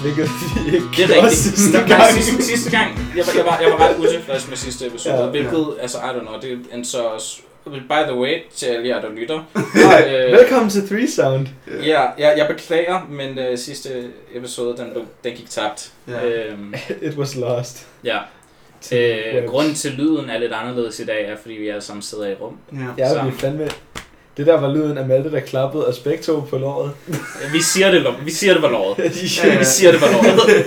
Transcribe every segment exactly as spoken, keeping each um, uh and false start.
hvilket vi ikke det er rigtigt. sidste gang. gang. sidste, sidste gang, jeg var, jeg var, jeg var ret utilfreds med sidste episode, ja, hvilket, ja. altså, I don't know, det endte så også, by the way, til alle jer, der lytter. øh, Velkommen til Three Sound. Ja, jeg, jeg beklager, men uh, sidste episode, den, den gik tabt. Yeah. Um, It was lost. Ja. Øh, grunden til lyden er lidt anderledes i dag, er fordi vi alle sammen sidder i rum. Ja, ja vi er fandme... Det der var lyden af Malte, der klappede og Spektro på låret. Vi siger det, vi siger det var låret. ja, vi siger det var låret.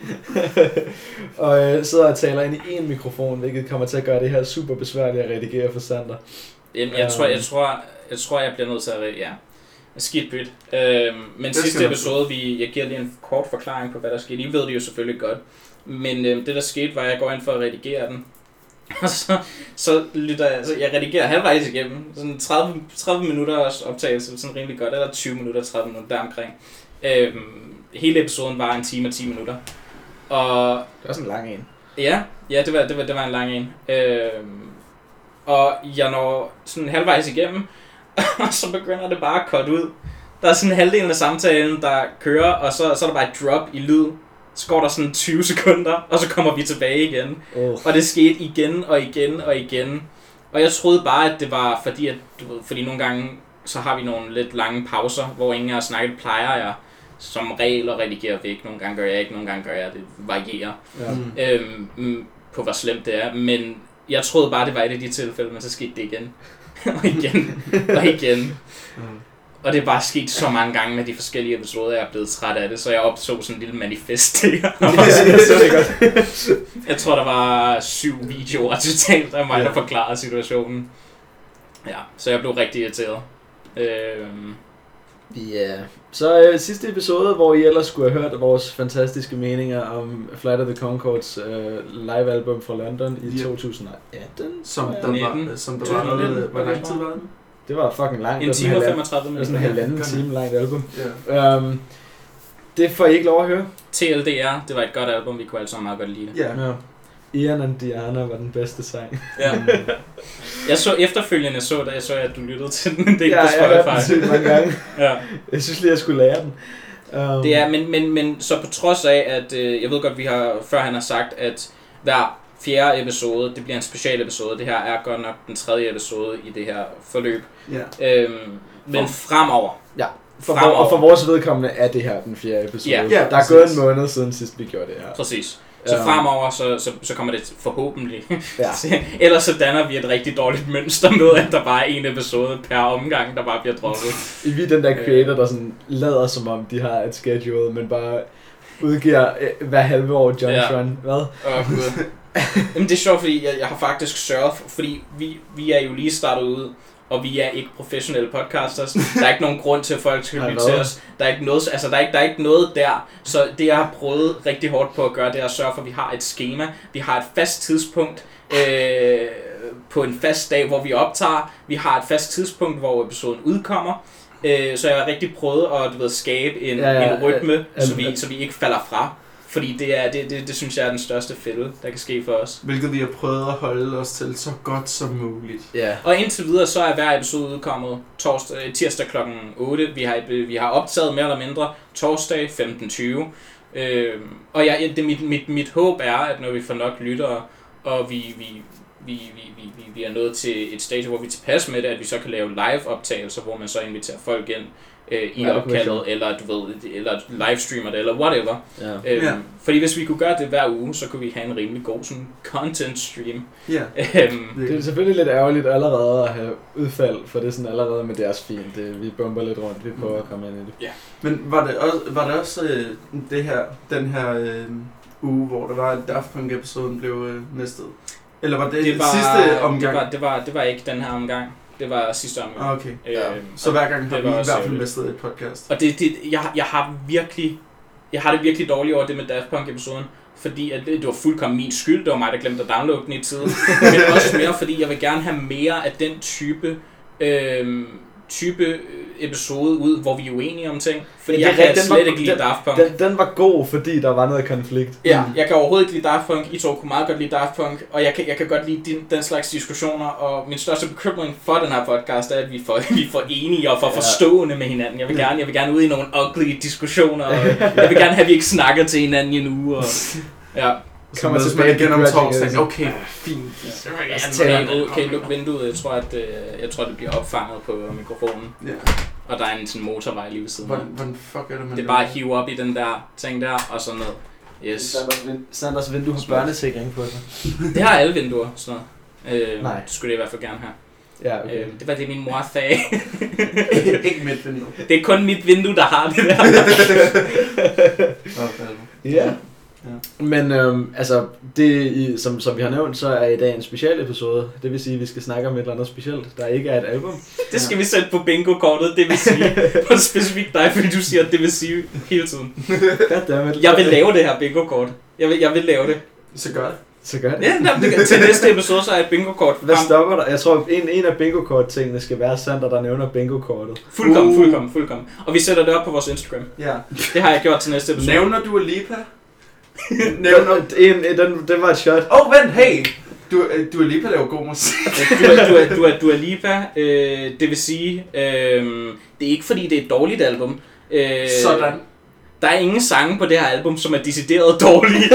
og øh, sidder og taler ind i én mikrofon, hvilket kommer til at gøre det her super besværligt at redigere for Sander. Jamen, jeg, um, tror, jeg, tror, jeg tror, jeg bliver nødt til at redigere. Skidt byt. Øhm, men sidste episode, vi, jeg giver lige en kort forklaring på, hvad der skete. I ved det jo selvfølgelig godt. Men øhm, det der skete, var, at jeg går ind for at redigere den. Og så, så lytter jeg, så jeg redigerer halvvejs igennem. Sådan tredive, tredive minutters optagelse, sådan rimelig godt. Eller tyve minutter, tredive minutter deromkring. Øhm, hele episoden var en time og ti minutter. Og det var sådan en lang en. Ja, ja det, var, det, var, det var en lang en. Øhm, og jeg når sådan halvvejs igennem, og så begynder det bare at cutte ud. Der er sådan halvdelen af samtalen, der kører, og så, så er der bare et drop i lyd. Så går der sådan tyve sekunder, og så kommer vi tilbage igen. Oh. Og det skete igen og igen og igen. Og jeg troede bare, at det var fordi, at du ved, fordi nogle gange, så har vi nogle lidt lange pauser, hvor ingen har snakket, plejer jeg som regel at redigere væk. Nogle gange gør jeg ikke, nogle gange gør jeg, det varierer. Ja. Øhm, på hvor slemt det er. Men jeg troede bare, det var et af de tilfælde, men så skete det igen. og igen, og igen. Mm. Og det er bare sket så mange gange med de forskellige episoder, jeg er blevet træt af det, så jeg optog sådan en lille manifest der. Jeg tror, der var syv videoer totalt af mig, der forklarede situationen. Ja, så jeg blev rigtig irriteret. Øhm. Ja, yeah. Så øh, sidste episode, hvor I ellers skulle have hørt vores fantastiske meninger om Flight of the Conchords øh, live-album fra London i to tusind atten. Som der var, som der var noget, hvor lang tid var den? Det var fucking langt. En time og femogtredive minutter. Det var sådan en halvanden time langt album. Yeah. Um, det får I ikke lov at høre. T L D R, det var et godt album, vi kunne alle sammen meget godt lide det. Yeah. Ja. Ian and Diana var den bedste sang. Ja. Jeg så efterfølgende så, da jeg så, at du lyttede til den en del ja, på Spotify. Ja, jeg har den mange gange. ja. Jeg synes lige, jeg skulle lære den. Um. Det er, men, men, men så på trods af, at øh, jeg ved godt, vi har før han har sagt, at hver fjerde episode, det bliver en special episode. Det her er godt nok den tredje episode i det her forløb. Yeah. Øhm, men fremover. Ja. For fremover. Og for vores vedkommende er det her den fjerde episode. Ja, ja, der er gået en måned siden sidst vi gjorde det her. Præcis. Så fremover, så, så, så kommer det forhåbentlig. Ja. Ellers så danner vi et rigtig dårligt mønster med, at der bare er en episode per omgang, der bare bliver droppet. Vi er den der creator, der sådan lader som om, de har et schedule, men bare udgiver hver halve år John ja. Tron. Hvad? Åh, Gud. Jamen det er sjovt, fordi jeg, jeg har faktisk sørget for, fordi vi, vi er jo lige startet ud, og vi er ikke professionelle podcasters. Der er ikke nogen grund til, at folk skal lytte til os. Der er ikke noget, altså der er ikke, der er ikke noget der. Så det jeg har prøvet rigtig hårdt på at gøre, det er at sørge for, at vi har et schema. Vi har et fast tidspunkt øh, på en fast dag, hvor vi optager. Vi har et fast tidspunkt, hvor episoden udkommer. Øh, så jeg har rigtig prøvet at du ved, skabe en, ja, ja, en rytme, ja, ja, så, vi, så vi ikke falder fra. Fordi det, er, det, det, det synes jeg er den største fælde, der kan ske for os. Hvilket vi har prøvet at holde os til så godt som muligt. Yeah. Og indtil videre, så er hver episode udkommet torsdag, tirsdag klokken otte. Vi har, vi har optaget mere eller mindre torsdag femten tyve. Øh, og jeg, det, mit, mit, mit håb er, at når vi får nok lyttere, og vi, vi, vi, vi, vi, vi er nået til et stage, hvor vi er tilpas med det, at vi så kan lave live-optagelser, hvor man så inviterer folk ind i ja, opkaldet, eller du ved, eller livestreamer det, eller whatever. Ja. Øhm, ja. Fordi hvis vi kunne gøre det hver uge, så kunne vi have en rimelig god sådan content stream. Ja. Øhm, det er selvfølgelig lidt ærgerligt allerede at have udfald, for det er sådan allerede med deres fint. Det, vi bomber lidt rundt, vi prøver at komme ind i det. Ja. Men var det også, var det også øh, det her, den her øh, uge, hvor der var Daft Punk episoden blev øh, mistet? Eller var det, det var, sidste omgang? Det var, det var, det var ikke den her omgang. Det var sidste omgang. Okay. Øh, ja. Så hver gang har vi i hvert fald mistet et podcast. Og det, det, jeg, jeg har virkelig, jeg har det virkelig dårligt over det med Daft Punk episoden, fordi at det, det var fuldkommen min skyld. Det var mig, der glemte at downloade den i tide. Men også mere, fordi jeg vil gerne have mere af den type, øh, type episode ud, hvor vi er uenige om ting. Fordi Ja, jeg det er kan rigtigt, den slet var- ikke lide den- Daft Punk. Den, den var god, fordi der var noget konflikt. Ja, jeg kan overhovedet ikke lide Daft Punk. I to kunne meget godt lide Daft Punk. Og jeg kan, jeg kan godt lide din, den slags diskussioner. Og min største bekymring for den her podcast er, at vi får, vi får enige og for Ja. forstående med hinanden. Jeg vil gerne, jeg vil gerne ud i nogle ugly diskussioner. Og jeg vil gerne have, at vi ikke snakker til hinanden i en uge. Og, ja. Så Kommer mødes tilbage man igen om til torsdagen. Grudging. Okay, fint. Ja, okay, okay, luk vinduet. Jeg tror, at, øh, jeg tror, det bliver opfanget på mikrofonen. Ja. Og der er en sådan motorvej lige ved siden af. Hvordan, hvordan fuck er det, man Det er bare at hive op i den der ting der, og sådan noget. Yes. Sanders, vin- Sanders vindue har børnesikring på sig. Det har alle vinduer, sådan noget. Øh, Nej. Det skulle det i hvert fald gerne have. Ja, okay. Øh, det var det, min mor sagde. Ikke mit vindue. Det er kun mit vindue, der har det der. Ja. Ja. Men øhm, altså, det, i, som, som vi har nævnt, så er i dag en special episode. Det vil sige, at vi skal snakke om et eller andet specielt, der ikke er et album. Det skal vi sætte på bingo-kortet, det vil sige. På specifikt dig, fordi du siger, at det vil sige hele tiden. Goddammit. Jeg vil lave det her bingo-kort. Jeg vil, jeg vil lave det. Så gør det. Så gør det. Ja, jamen, det kan- til næste episode, så er et bingo-kort. Hvad frem. stopper der? Jeg tror, en, en af bingo-kort-tingene skal være Sander, der nævner bingo-kortet. Fuldkommen, Uh. fuldkommen, fuldkommen. Og vi sætter det op på vores Instagram. Ja. Det har jeg gjort til næste episode. Nævner du Alipa? Nævner... En, en, den, det var et shot. Åh, oh, vent, hey! Du, øh, du Alipa laver god musik. Du er, du er, du er, du er Lipa, øh, det vil sige, øh, det er ikke fordi det er et dårligt album. Øh, Sådan. Der er ingen sange på det her album, som er decideret dårlige.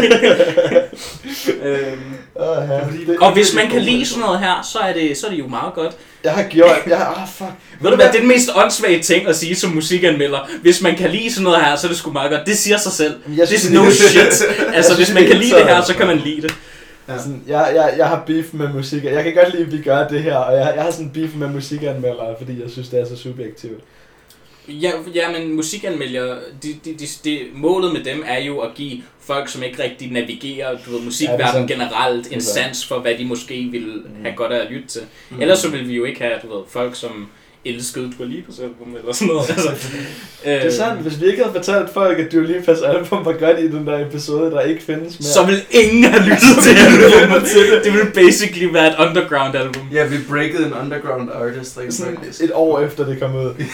øhm, Uh, ja. det, og hvis man kan lide sådan noget her, så er det, så er det jo meget godt. Jeg har gjort... Jeg har... Ah, fuck. Ved du hvad, det er den mest åndssvage ting at sige som musikanmelder. Hvis man kan lide sådan noget her, så er det sgu meget godt. Det siger sig selv. Jeg Det synes, er no shit. Altså, synes, hvis det man er kan lide så- det her, så kan man lide det. Ja. Sådan, jeg, jeg, jeg har beef med musik. Jeg kan godt lide, at vi gør det her, og jeg, jeg har sådan beef med musikanmeldere, fordi jeg synes, det er så subjektivt. Ja, ja, men musikanmeldere, de, de, de, de, målet med dem er jo at give folk, som ikke rigtig navigerer, du ved, musikverdenen Ja, generelt, en Det er sandt. sans for, hvad de måske vil Mm. have godt af at lytte til. Mm. Ellers så vil vi jo ikke have, du ved, folk, som elskede Dua Lipas album, eller sådan noget. Altså, Det er sandt, hvis vi ikke havde fortalt folk, at Dua Lipas album var godt i den der episode, der ikke findes mere. så vil ingen have lyttet til albumet. Det vil basically være et underground album. Ja, vi breakede en underground artist, rent Sådan faktisk. et år efter det kom ud.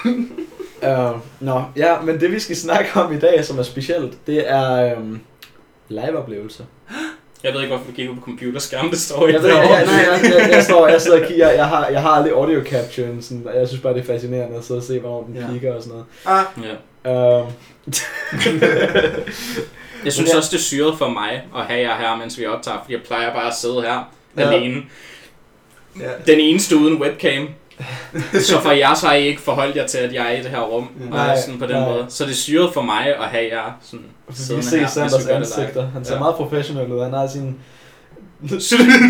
uh, Nå, ja, men det vi skal snakke om i dag, som er specielt, det er um, liveoplevelser. Jeg ved ikke, hvorfor vi kigger på computerskærmen, det står i Jeg, ved, jeg, jeg, nej, jeg, jeg, jeg, står, jeg sidder og kigger, jeg har, jeg har aldrig audio caption, sådan, og jeg synes bare, det er fascinerende at sidde og se, hvornår den Ja. kigger og sådan noget. Ah, Ja. Uh, Jeg synes Ja. også, det er syret for mig at have jer her, mens vi optager, fordi jeg plejer bare at sidde her Ja. alene. ja. Den eneste uden webcam. Så for jer så har I ikke forholdt jer til, at jeg er i det her rum, Ja. og Nej, sådan på den nej. måde. Så det er syret for mig at have jer sådan vi kan siddende se her, mens Sanders vi gør det live. ansigter. Han ser Ja. meget professionel ud. Han har sin... Han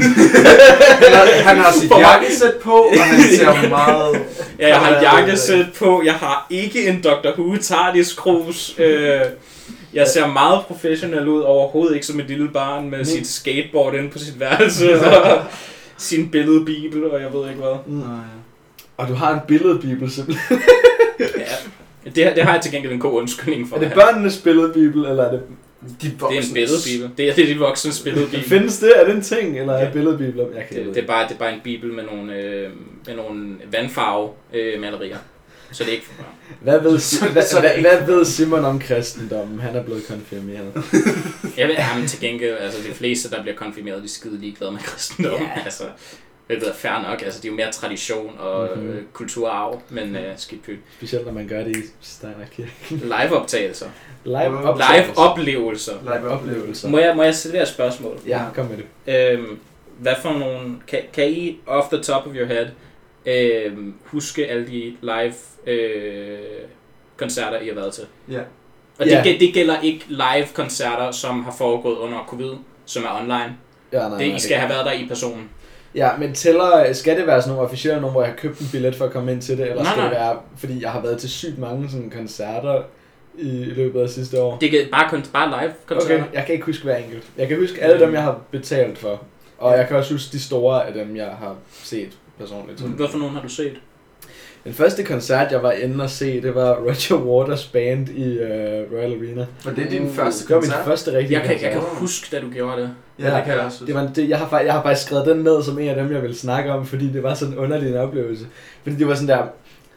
har, han har sit For mig- jakkesæt på, og han ser meget... Ja, jeg har Ja, jakkesæt på, jeg har ikke en doktor Who TARDIS krus. Øh, jeg ser meget professionel ud, overhovedet ikke som et lille barn med Men- sit skateboard inde på sit værelse, og sin billedbibel, og jeg ved ikke hvad. Mm. Nå, ja. Og du har en billedbibel simpelthen. Ja, det, det har jeg til gengæld en god undskyldning for. Er det her. børnenes billedbibel, eller er det... De Det er en billedbibel. Det er, det er de voksnes billedbibel. Findes det? Er det en ting, eller er Ja. billedbibler? Jeg kan Det, ikke det, er bare, det er bare en bibel med nogle, øh, med nogle vandfarve øh, malerier. Så det er ikke for børn. Hvad ved, Så- hvad, så er det hvad, ikke- hvad ved Simon om kristendommen? Han er blevet konfirmeret. Jeg ved, jamen, til gengæld, altså de fleste, der bliver konfirmeret, de er skide ligeglade med kristendom. Ja. Altså, det er fair nok, altså det er jo mere tradition og Mhm. mm-hmm. kulturarv, men øh, skidt pyt. Specielt når man gør det i Steiner Kirke. Live-optagelser. Live Live-oplevelser. Live oplevelser. Må jeg, må jeg stille jer et spørgsmål? Ja, kom med det. Øhm, hvad for nogle, kan, kan I off the top of your head øhm, huske alle de live øh, koncerter, I har været til? Ja. Og det, Ja. gæ- det gælder ikke live koncerter, som har foregået under covid, som er online. Ja, nej, Det, nej, I skal have været der i personen. Ja, men tæller, skal det være sådan nogle officielle nogle, hvor jeg har købt en billet for at komme ind til det, eller Nej, skal det nej. være, fordi jeg har været til sygt mange sådan koncerter i løbet af sidste år? Det er bare, kun, bare live koncerter. Okay, jeg kan ikke huske hver enkelt. Jeg kan huske alle dem, jeg har betalt for, og jeg kan også huske de store af dem, jeg har set personligt. Hvad for nogen har du set? Den første koncert, jeg var inde og se, det var Roger Waters band i uh, Royal Arena. Var det din Mm, første Det var min koncert? første rigtige Jeg kan, jeg kan koncert. huske, da du gjorde det. Ja, det kan jeg også. Det var, det, jeg, har, fa- jeg har faktisk skrevet den ned som en af dem, jeg ville snakke om, fordi det var sådan en underlig en oplevelse. Fordi det var sådan der...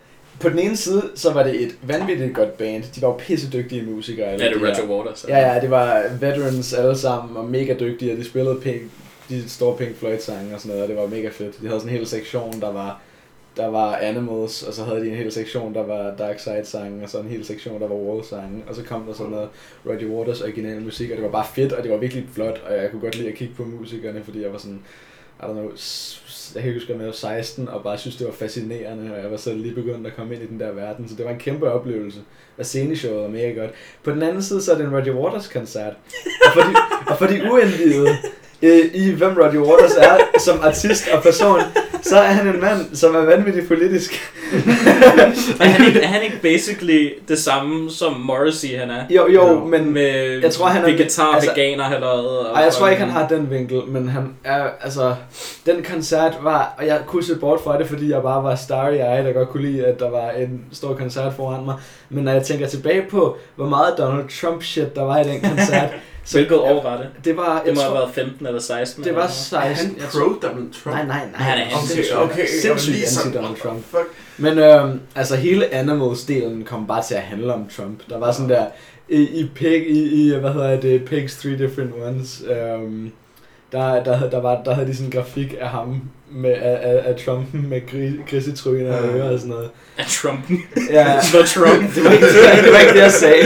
på den ene side, så var det et vanvittigt godt band. De var jo pissedygtige musikere. Ja, det er Roger Waters. Ja, ja, det var veterans alle sammen, og mega dygtige, og de spillede Pink, de store Pink Floyd-sange og sådan noget, og det var mega fedt. De havde sådan en hel sektion, der var, der var Animals, og så havde de en hel sektion, der var Dark Side-sange, og så en hel sektion, der var Wall-sange, og så kom der sådan noget Roger Waters originale musik, og det var bare fedt, og det var virkelig flot, og jeg kunne godt lide at kigge på musikerne, fordi jeg var sådan, I don't know, jeg kan huske, at jeg var seksten, og bare synes, det var fascinerende, og jeg var så lige begyndt at komme ind i den der verden, så det var en kæmpe oplevelse, og sceneshowet var mega godt. På den anden side, så er det en Roger Waters-koncert, og for de, og for de uindvidede i, hvem Roger Waters er som artist og person, så er han en mand, som er vanvittigt politisk. er, han ikke, er han ikke basically det samme, som Morrissey han er? Jo, jo, men med jeg tror, han er vegetar, altså, veganer halløjet. Og jeg tror ikke, han har den vinkel, men han er, altså, den koncert var, og jeg kunne se bort fra det, fordi jeg bare var starry-eyed og godt kunne lide, at der var en stor koncert foran mig. Men når jeg tænker tilbage på, hvor meget Donald Trump shit der var i den koncert, så hvilket år var det? Det var, det må tror, have været femten eller seksten. Det var seksten. Er han pro-Donald Trump? Nej, nej, nej. Han er sindssygt, okay, okay, sindssygt anti-Donald Trump. Fuck. Men øhm, altså hele Animals-delen kom bare til at handle om Trump. Der var sådan der, i, i, pig, i, i hvad hedder det, Pigs Three Different Ones, øhm, der, der, der, var, der havde de sådan en grafik af ham, med, af, af, af Trumpen med gris, grisetryner og ører og sådan noget. Af Trumpen? Ja. Det var Trump. det, var ikke, det var ikke det, jeg sagde.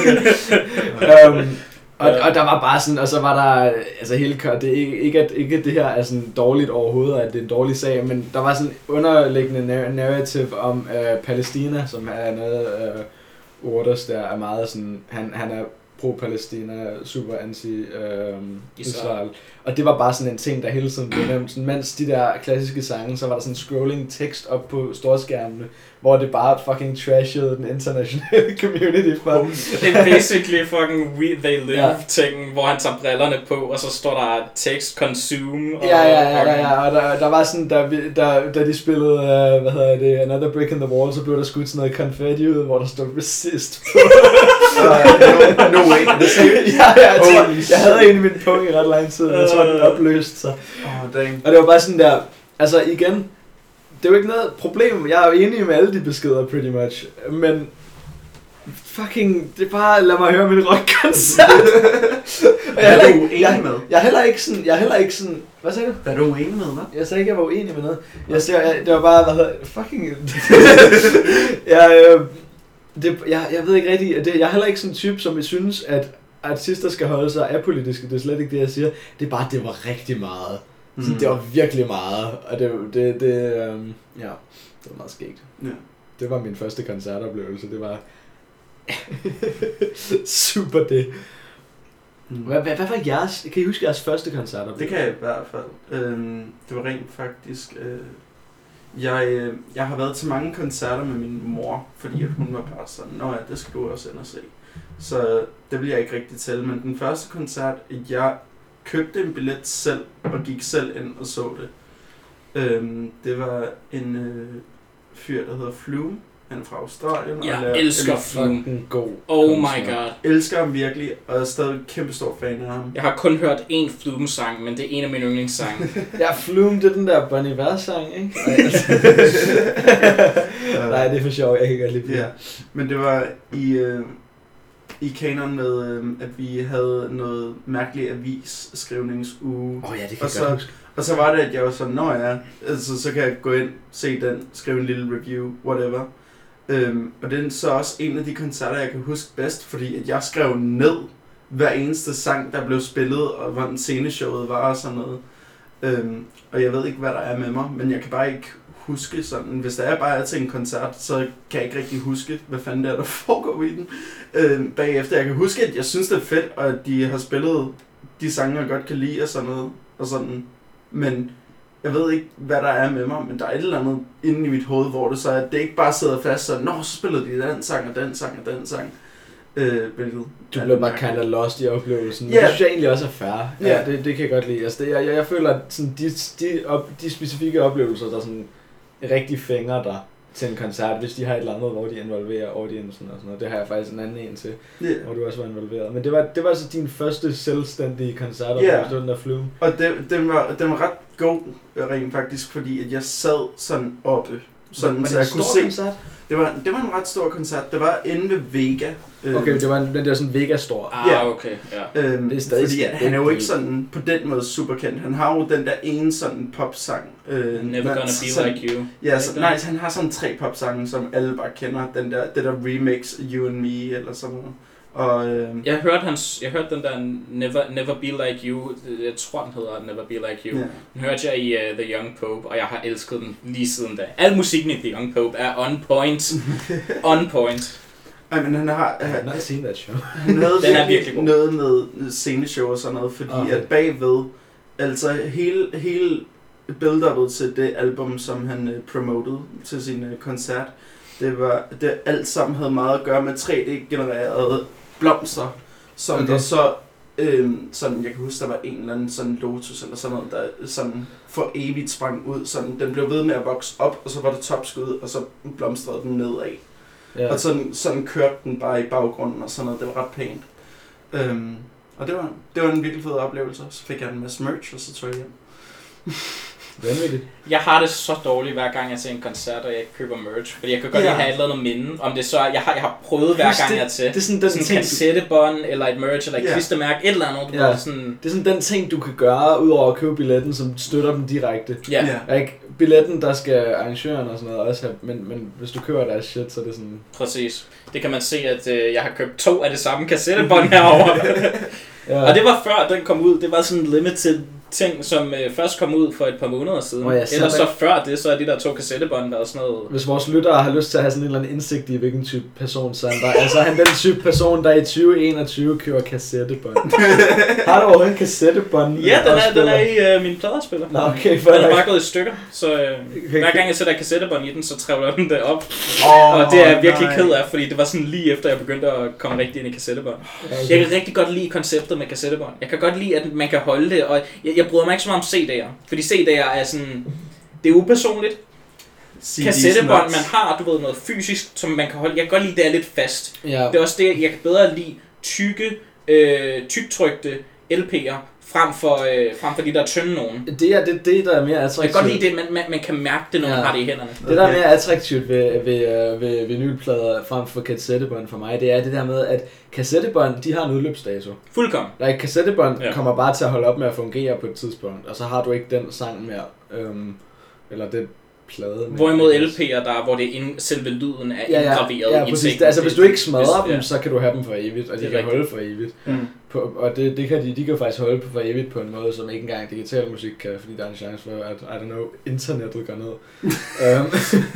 Okay. um, Og, og der var bare sådan, og så var der, altså hele, det er ikke, ikke, at, ikke at det her er sådan dårligt overhovedet, at det er en dårlig sag, men der var sådan underliggende narrative om øh, Palæstina, som er noget, øh, Waters der er meget sådan, han, han er pro-Palæstina, super anti-Israel. Øh, og det var bare sådan en ting, der hele tiden blev nævnt. Sådan, mens de der klassiske sange, så var der sådan scrolling tekst op på storskærmene, hvor det bare fucking trashede den internationale community fra. Det er basically fucking We They Live ja. ting, hvor han tager brillerne på, og så står der tekst consume. Og ja, ja, ja, ja, ja, og der, der var sådan, der, der, da de spillede, uh, hvad hedder det, Another Brick in the Wall, så blev der skudt sådan noget confetti ud, hvor der stod resist på. uh, no, no way. ja, ja, jeg, tror, jeg havde en i min punkt i ret lang tid, jeg tror, den opløste sig. Oh, dang. Og det var bare sådan der, altså igen, det er jo ikke noget problem, jeg er jo enig med alle de beskeder pretty much, men fucking, det er bare, lad mig høre min rockkoncert. Hvad er du uenig med? Jeg er heller ikke sådan, jeg er heller ikke sådan, hvad sagde du? Hvad er du uenig med, hvad? Jeg sagde ikke, jeg var uenig med noget. Jeg sagde, jeg, det var bare, hvad hedder, fucking, jeg, øh, det, jeg, jeg ved ikke rigtig, det, jeg er heller ikke sådan en type, som jeg synes, at artister skal holde sig apolitiske, det er slet ikke det, jeg siger. Det er bare, det var rigtig meget. Så mm. det var virkelig meget, og det, det, det um, ja, det var meget skægt. Ja. Det var min første koncertoplevelse, det var super det. Mm. Hvad, hvad, hvad var jeres, kan I huske jeres første koncertoplevelse? Det kan jeg i hvert fald. Øhm, det var rent faktisk, øh, jeg, øh, jeg har været til mange koncerter med min mor, fordi at hun var bare sådan, nå ja, det skal du også ind og se. Så det vil jeg ikke rigtig tælle, men den første koncert, jeg købte en billet selv, og gik selv ind og så det. Øhm, det var en øh, fyr, der hedder Flume. Han er fra Australien. Jeg og laver, elsker Flume. God Oh my god. Elsker ham virkelig, og er stadig kæmpe stor fan af ham. Jeg har kun hørt én Flume-sang, men det er en af mine yndlingssange. Ja, Flume, det er den der Bon Iver-sang, ikke? Nej, det er for sjovt, jeg kan godt lide det. Ja, men det var i... Øh, i kanon med, øh, at vi havde noget mærkeligt avisskrivningsuge. Åh oh, ja, det kan og jeg godt huske. Og så var det, at jeg var sådan, nå ja, altså, så kan jeg gå ind, se den, skrive en lille review, whatever. Øhm, og det er så også en af de koncerter, jeg kan huske bedst, fordi at jeg skrev ned hver eneste sang, der blev spillet, og hvordan sceneshowet var og sådan noget. Øhm, og jeg ved ikke, hvad der er med mig, men jeg kan bare ikke huske sådan, hvis der er bare er til en koncert, så kan jeg ikke rigtig huske, hvad fanden det er, der foregår i den. Øhm, bagefter, jeg kan huske, at jeg synes, det er fedt, og at de har spillet de sange, jeg godt kan lide og sådan noget, og sådan. Men jeg ved ikke, hvad der er med mig, men der er et eller andet inde i mit hoved, hvor det så er, at det ikke bare sidder fast, så nå, så spillede de den sang, og den sang, og den sang. Øh, hvilket du blev bare kind of lost i oplevelsen. Yeah. Det synes jeg egentlig også er fair. Ja, yeah. det, det kan jeg godt lide. Altså, det, jeg, jeg, jeg føler, at sådan, de, de, op, de specifikke oplevelser, der sådan rigtig fænger dig til en koncert, hvis de har et eller andet, hvor de involverer audiencen og sådan noget. Det har jeg faktisk en anden en til, yeah. hvor du også var involveret. Men det var, det var altså din første selvstændige koncert, yeah. den der Flume. Og det, den, var, den var ret god, rent faktisk, fordi at jeg sad sådan oppe. sådan, var så det jeg en kunne stor se. koncert? Det var, det var en ret stor koncert. Det var inde ved Vega. Øh, Okay, det var, en, den der sådan Vega stor. Ah, Ja. okay, ja. Øhm, Det er stadig fordi sådan han er jo rigtig- ikke sådan på den måde super kendt. Han har jo den der ene sådan popsang. Øh, Never gonna be sådan, like you. Ja, så, nej, han har sådan tre popsange, som alle bare kender. Den der, det der remix, You and Me, eller sådan noget. Og, øh, Jeg hørte, hans, jeg hørte den der Never, Never Be Like You, jeg tror den hedder Never Be Like You. ja. Den hørte jeg i uh, The Young Pope, og jeg har elsket den lige siden da. Al musikken i The Young Pope er on point. On point. Ej, men han har, I have han, not seen that show. han havde Den er virkelig virkelig god. noget med sceneshow og sådan noget, fordi Okay. at bagved, altså hele, hele build-up'et til det album, som han uh, promotede til sin uh, koncert, det var, det alt sammen havde meget at gøre med tre D-genererede blomster, som Okay. der så, øhm, sådan, jeg kan huske, der var en eller anden sådan lotus eller sådan noget, der sådan for evigt sprang ud, sådan, den blev ved med at vokse op, og så var det topskud, og så blomstrede den nedad. Ja. Og sådan, sådan kørte den bare i baggrunden og sådan noget, det var ret pænt. Øhm, og det var, det var en virkelig fed oplevelse, så fik jeg en masse merch, og så tog jeg hjem. Vanvittigt. Jeg har det så dårligt hver gang jeg ser en koncert, og jeg ikke køber merch. Fordi jeg kan godt Ja. lide have et eller andet minde. Om det så er, jeg har, jeg har prøvet hver Husk gang det- jeg er til. Det er sådan den Sådan en ting, kassettebånd, eller et merch, eller et Ja. klistermærke, et eller andet. Du Ja. ved, sådan, det er sådan den ting, du kan gøre, udover at købe billetten, som støtter dem direkte. ja. Ja. Ikke billetten, der skal arrangøren og sådan noget også have, men, men hvis du køber deres shit, så er det sådan... Præcis. Det kan man se, at øh, jeg har købt to af det samme kassettebånd herovre. Ja. Og det var før den kom ud. Det var sådan en limited ting, som øh, først kom ud for et par måneder siden. Nå ja, så Ellers er så der- før det, så er de der to kassettebånd, der er sådan noget... Hvis vores lyttere har lyst til at have sådan en eller anden indsigt i, hvilken type person Sander er, så er han den type person, der i tyve enogtyve køber kassettebånd. Har du overhovedet en kassettebånd? Ja, den er, den er i øh, min pladerspiller. Nå, okay, for Den er bare gået i stykker, så øh, Okay, hver gang jeg sætter kassettebånd i den, så trævler den det op. Oh, Og det er jeg virkelig ked af, fordi det var sådan lige efter, jeg begyndte at komme rigtig ind i kassettebånd. Jeg kan rigtig godt lide konceptet med kassettebånd. Jeg kan godt lide, at man kan holde det, og jeg, jeg bryder mig ikke så meget om C D'er. Fordi C D'er er sådan... Det er upersonligt. Kassettebånd, man har, du ved, noget fysisk, som man kan holde. Jeg kan godt lide, at det er lidt fast. Ja. Det er også det, jeg kan bedre lide tykke, øh, tyktrykte L P'er, frem for, øh, frem for de der tynde nogen. Det er det, det der er mere attraktivt. Jeg kan godt lide det, man, man, man kan mærke det, når ja. man Ja. har det i hænderne. Det der er mere attraktivt ved, ved, øh, ved vinylplader frem for kassettebånd for mig, det er det der med, at kassettebånd, de har en udløbsdato. Fuldkommen. Like, kassettebånd Ja. ja. kommer bare til at holde op med at fungere på et tidspunkt, og så har du ikke den sang mere. Øhm, eller det plade mere. Hvorimod L P'er, der, hvor det er ind, selve lyden er Ja, ja, indgraveret ja, i en præcis. ting. Det, altså, hvis du ikke smadrer Hvis- dem, ja. så kan du have dem for evigt, og de Det er kan rigtigt. holde for evigt. Mm. På, og det, det kan de, de kan faktisk holde på for evigt på en måde, som ikke engang digital musik kan, fordi der er en chance for, at, I don't know, internettet går ned. um,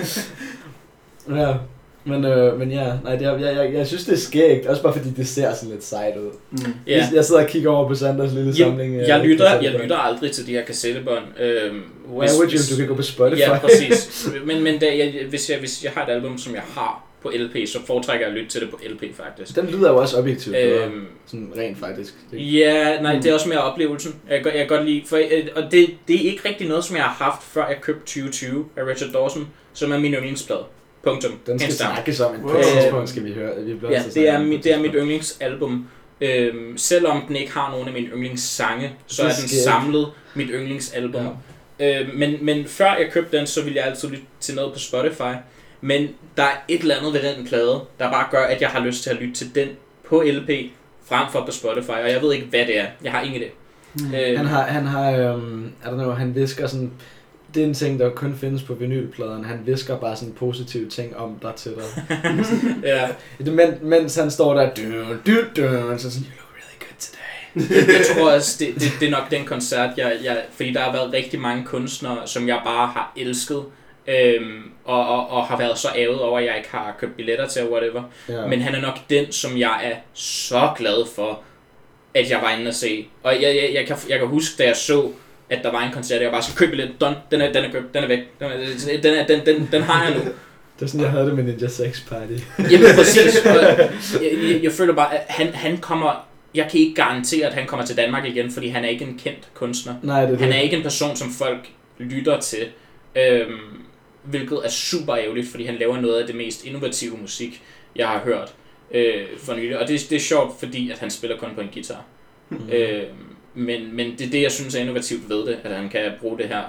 ja, men, øh, men ja, nej, det er, jeg, jeg, jeg synes det er skægt, også bare fordi det ser sådan lidt sejt ud. Mm. Ja. Jeg, jeg sidder og kigger over på Sanders lille samling. Jeg, øh, jeg, lytter, jeg kassettebånd. lytter aldrig til de her kassettebånd. Øhm, Why would you? Du kan gå på Spotify. Ja, præcis. Men, men da jeg, hvis, jeg, hvis jeg har et album, som jeg har på L P, så foretrækker jeg at lytte til det på L P faktisk. Den lyder jo også objektivt bedre, Øhm, sådan rent faktisk. Det, ja, nej, det er også mere oplevelsen. Jeg kan, godt- jeg kan godt lide, for, øh, og det, det er ikke rigtig noget, som jeg har haft, før jeg købte tyve tyve af Richard Dawson, som er min yndlingsplade. Punktum. den skal Hands down. snakkes om, på Wow. et tidspunkt skal vi høre. Vi bliver Ja, nødt til at det er, snakke om mit, på det et er mit tidspunkt. yndlingsalbum. Øhm, selvom den ikke har nogen af mine yndlingssange, så Det er den skal- samlet mit yndlingsalbum. Ja. Øhm, men, men før jeg købte den, så ville jeg altid lytte til noget på Spotify. Men der er et eller andet ved den plade, der bare gør, at jeg har lyst til at lytte til den på L P, frem for på Spotify. Og jeg ved ikke, hvad det er. Jeg har ingen idé. Mm. Øhm, Han har, han har, øhm, I don't know, han visker sådan, det er en ting, der kun findes på vinylpladerne. Han visker bare sådan positive ting om dig til dig. ja. Det, men, mens han står der, du, du, du, så sådan, you look really good today. Jeg tror også, det, det, det er nok den koncert, jeg, jeg, fordi der har været rigtig mange kunstnere, som jeg bare har elsket. Øhm, og, og, og har været så ærget over, at jeg ikke har købt billetter til, whatever. Ja. Men han er nok den, som jeg er så glad for, at jeg var inde og se. Og jeg, jeg, jeg, kan, jeg kan huske, da jeg så, at der var en koncert, jeg bare så køb billet, done, den er, den er købt, den er væk, den, er, den, er, den, den, den har jeg nu. Det er sådan, jeg havde det med Ninja Sex Party. Jamen præcis, og jeg, jeg, jeg føler bare, at han, han kommer, jeg kan ikke garantere, at han kommer til Danmark igen, fordi han er ikke en kendt kunstner. Nej, det er Han det. er ikke en person, som folk lytter til, øhm, hvilket er super ærgerligt, fordi han laver noget af det mest innovative musik, jeg har hørt øh, for nylig. Og det, det er sjovt, fordi at han spiller kun på en guitar. Mm. Øh, men, men det er det, jeg synes er innovativt ved det, at han kan bruge det her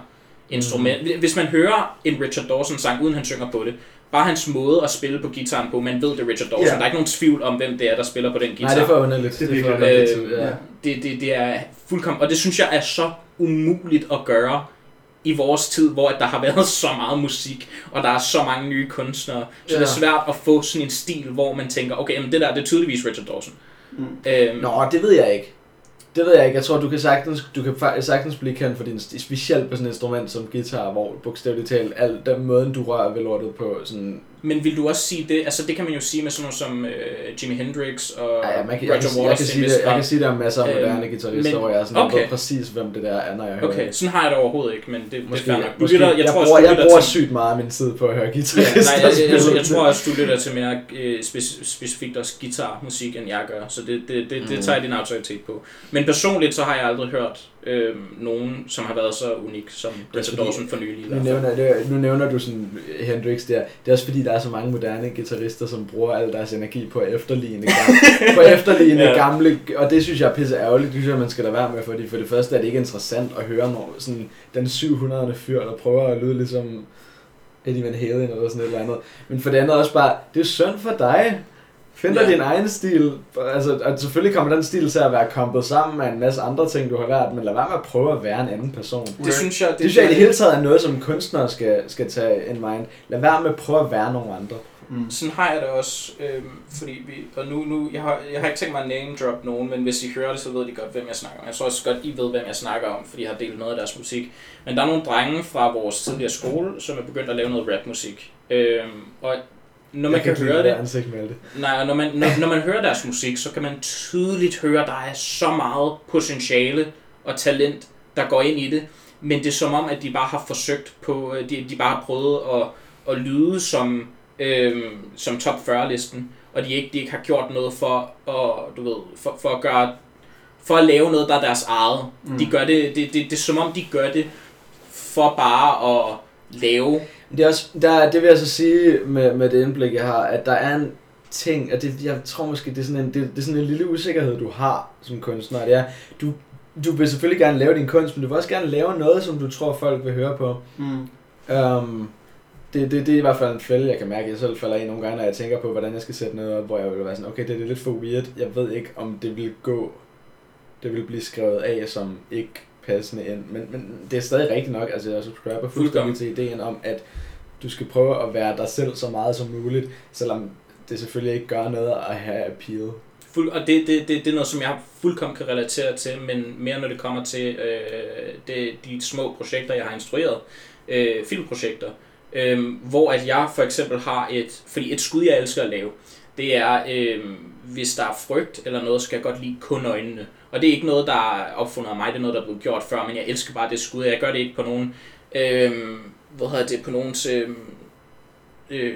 instrument. Mm. Hvis man hører en Richard Dawson sang, uden han synger på det, bare hans måde at spille på gitaren på, man ved det er Richard Dawson. Yeah. Der er ikke nogen tvivl om, hvem det er, der spiller på den guitar. Nej, det er for underligt. Det, det, det, øh, ja. det, det, det er fuldkommen, og det synes jeg er så umuligt at gøre i vores tid, hvor der har været så meget musik, og der er så mange nye kunstnere, så ja. Det er svært at få sådan en stil, hvor man tænker, okay, jamen det der, det er tydeligvis Richard Dawson. Mm. Øhm, Nå, det ved jeg ikke. Det ved jeg ikke. Jeg tror, du kan sagtens, du kan sagtens blive kendt for din, specielt på sådan et instrument som guitar, hvor bogstaveligt talt, al den måde, du rører ved lortet på sådan... Men vil du også sige det, altså det kan man jo sige med sådan noget som uh, Jimi Hendrix og ja, ja, man kan, Roger jeg, kan, jeg, kan sige det, jeg kan sige, der er masser af moderne øhm, guitarister, hvor jeg er sådan, okay. Jeg ved præcis, hvem det der er, når jeg hører okay, det. Sådan har jeg det overhovedet ikke, men det, måske, det er fair nok. Måske, jeg, jeg, tror, bruger, jeg bruger sygt meget af min tid på at høre guitarister. Ja, nej, jeg, jeg, jeg, jeg tror også, du lytter til mere øh, speci- specifikt også guitarmusik, end jeg gør, så det, det, det, mm. det tager jeg din autoritet på. Men personligt så har jeg aldrig hørt øh, nogen, som har været så unik som Richard Dawson for nylig. Nu nævner, det, nu nævner du sådan Hendrix der. Det er også fordi, der er så mange moderne guitarister, som bruger al deres energi på at efterligne, gamle, på at efterligne ja. gamle, og det synes jeg er pisse ærgerligt. Det synes jeg, man skal lade være med, fordi for det første er det ikke interessant at høre når, sådan, den syv hundrede fyr, der prøver at lyde ligesom Eddie Van Halen eller sådan et eller andet. Men for det andet også bare, det er synd for dig. Find dig ja. din egen stil. Altså, at selvfølgelig kommer den stil til at være kompet sammen med en masse andre ting, du har lært, men lad være med at prøve at være en anden person. Det synes jeg, det, det synes jeg i det hele taget er noget, som kunstnere skal, skal tage in mind. Lad være med at prøve at være nogle andre. Mm. Sådan har jeg det også, øhm, fordi vi, og nu, nu jeg, har, jeg har ikke tænkt mig at name drop nogen, men hvis I hører det, så ved de godt, hvem jeg snakker om. Jeg tror også godt, I ved, hvem jeg snakker om, fordi jeg har delt noget af deres musik. Men der er nogle drenge fra vores tidligere skole, som er begyndt at lave noget rapmusik. Øhm, og når man jeg kan, kan høre det, det. Nej, når man, når, når man hører deres musik, så kan man tydeligt høre, at der er så meget potentiale og talent, der går ind i det. Men det er som om, at de bare har forsøgt på, de, de bare har prøvet at, at lyde som, øhm, som top fyrre-listen, og de ikke, de ikke har gjort noget for at, du ved, for, for at gøre, for at lave noget, der er deres eget. Mm. De gør det, det, det, det er som om, de gør det for bare at lave. Det er også, der, det vil jeg så sige med, med det indblik, jeg har, at der er en ting, at det, jeg tror måske, det er, sådan en, det, det er sådan en lille usikkerhed, du har som kunstner. Det er, du, du vil selvfølgelig gerne lave din kunst, men du vil også gerne lave noget, som du tror, folk vil høre på. Mm. Um, det, det, det er i hvert fald en fælde, jeg kan mærke, at jeg selv falder i nogle gange, når jeg tænker på, hvordan jeg skal sætte noget op, hvor jeg vil være sådan, okay, det er lidt for weird. Jeg ved ikke, om det vil gå, det vil blive skrevet af, som ikke passende ind. Men, men det er stadig rigtigt nok, altså jeg subscriber fuldstændig til ideen om, at du skal prøve at være dig selv så meget som muligt, selvom det selvfølgelig ikke gør noget at have appeal. Fuld, og det, det, det, det er noget, som jeg fuldkommen kan relatere til, men mere når det kommer til øh, det, de små projekter, jeg har instrueret, øh, filmprojekter, øh, hvor at jeg for eksempel har et, fordi et skud, jeg elsker at lave, det er, øh, hvis der er frygt eller noget, skal jeg godt lide kun øjnene. Og det er ikke noget, der er opfundet af mig, det er noget, der er blevet gjort før, men jeg elsker bare det skud. Jeg gør det ikke på nogen, øh, hvad hedder det, på nogens, øh, øh,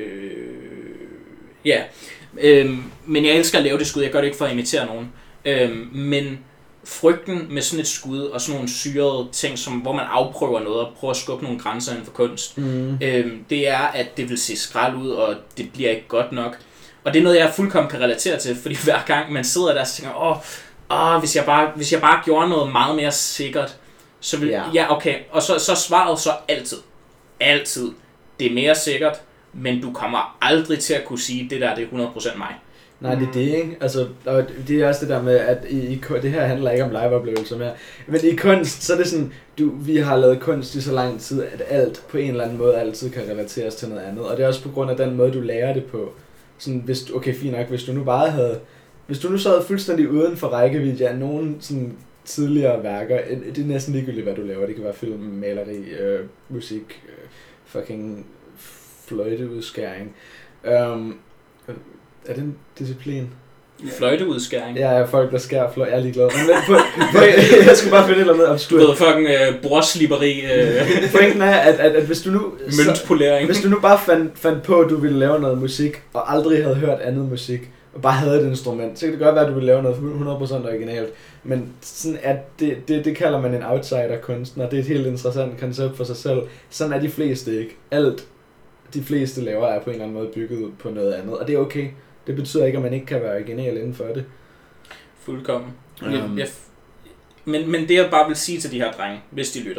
ja, øh, men jeg elsker at lave det skud, jeg gør det ikke for at imitere nogen. Øh, men frygten med sådan et skud og sådan nogle syrede ting, som, hvor man afprøver noget og prøver at skubbe nogle grænser inden for kunst, mm. øh, det er, at det vil se skrald ud, og det bliver ikke godt nok. Og det er noget, jeg fuldkommen kan relatere til, fordi hver gang man sidder der og tænker, åh, åh hvis, jeg bare, hvis jeg bare gjorde noget meget mere sikkert, så vil ja, ja okay. Og så, så svaret så altid, altid, det er mere sikkert, men du kommer aldrig til at kunne sige, det der det er hundrede procent mig. Nej, det er det, ikke? Altså, det er også det der med, at i, i, det her handler ikke om liveoplevelser mere. Men i kunst, så er det sådan, du, vi har lavet kunst i så lang tid, at alt på en eller anden måde altid kan relateres til noget andet. Og det er også på grund af den måde, du lærer det på. Sådan, hvis du, okay, fint nok, hvis du nu bare havde, hvis du nu sad fuldstændig uden for rækkevidde af nogle sådan tidligere værker, det er næsten ligegyldigt, hvad du laver. Det kan være film, maleri, øh, musik, øh, fucking fløjteudskæring. Um, er det en disciplin? Fløjteudskæring? Ja, ja, folk der skærer fløjte. Jeg er ligeglad. Men på, på, jeg skulle bare finde et eller andet obskurt. Du ved, fucking øh, broslipperi. Øh. Pointen er, at, at, at hvis du nu... Møntpolering. Hvis du nu bare fandt, fandt på, at du ville lave noget musik, og aldrig havde hørt andet musik, og bare havde et instrument, så kan det godt være, at du ville lave noget hundrede procent originalt. Men sådan at det, det, det kalder man en outsider-kunstner. Det er et helt interessant koncept for sig selv. Sådan er de fleste ikke. Alt, de fleste laver, er på en eller anden måde bygget på noget andet, og det er okay. Det betyder ikke, at man ikke kan være original inden for det. Fuldkommen. Um. Jeg, jeg, men, men det jeg bare vil sige til de her drenge, hvis de lytter,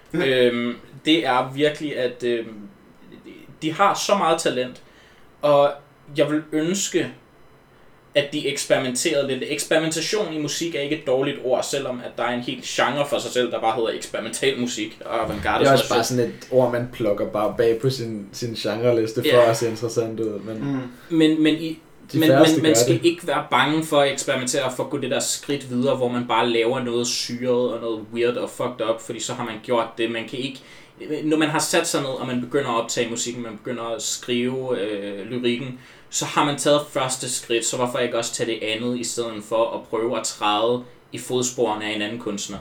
øhm, det er virkelig, at øhm, de har så meget talent, og jeg vil ønske, at de eksperimenterede lidt. Eksperimentation i musik er ikke et dårligt ord, selvom at der er en helt genre for sig selv, der bare hedder eksperimental musik og avantgarde. Det er også bare sådan et ord, man plukker bare bag på sin, sin genreliste for yeah. at se interessant ud. Men, mm. men, men, i, men, men man skal det. ikke være bange for at eksperimentere og for at gå det der skridt videre, hvor man bare laver noget syret og noget weird og fucked up, fordi så har man gjort det. Man kan ikke... Når man har sat sig ned, og man begynder at optage musikken, man begynder at skrive øh, lyrikken, så har man taget første skridt, så hvorfor ikke også tage det andet, i stedet for at prøve at træde i fodsporene af en anden kunstner?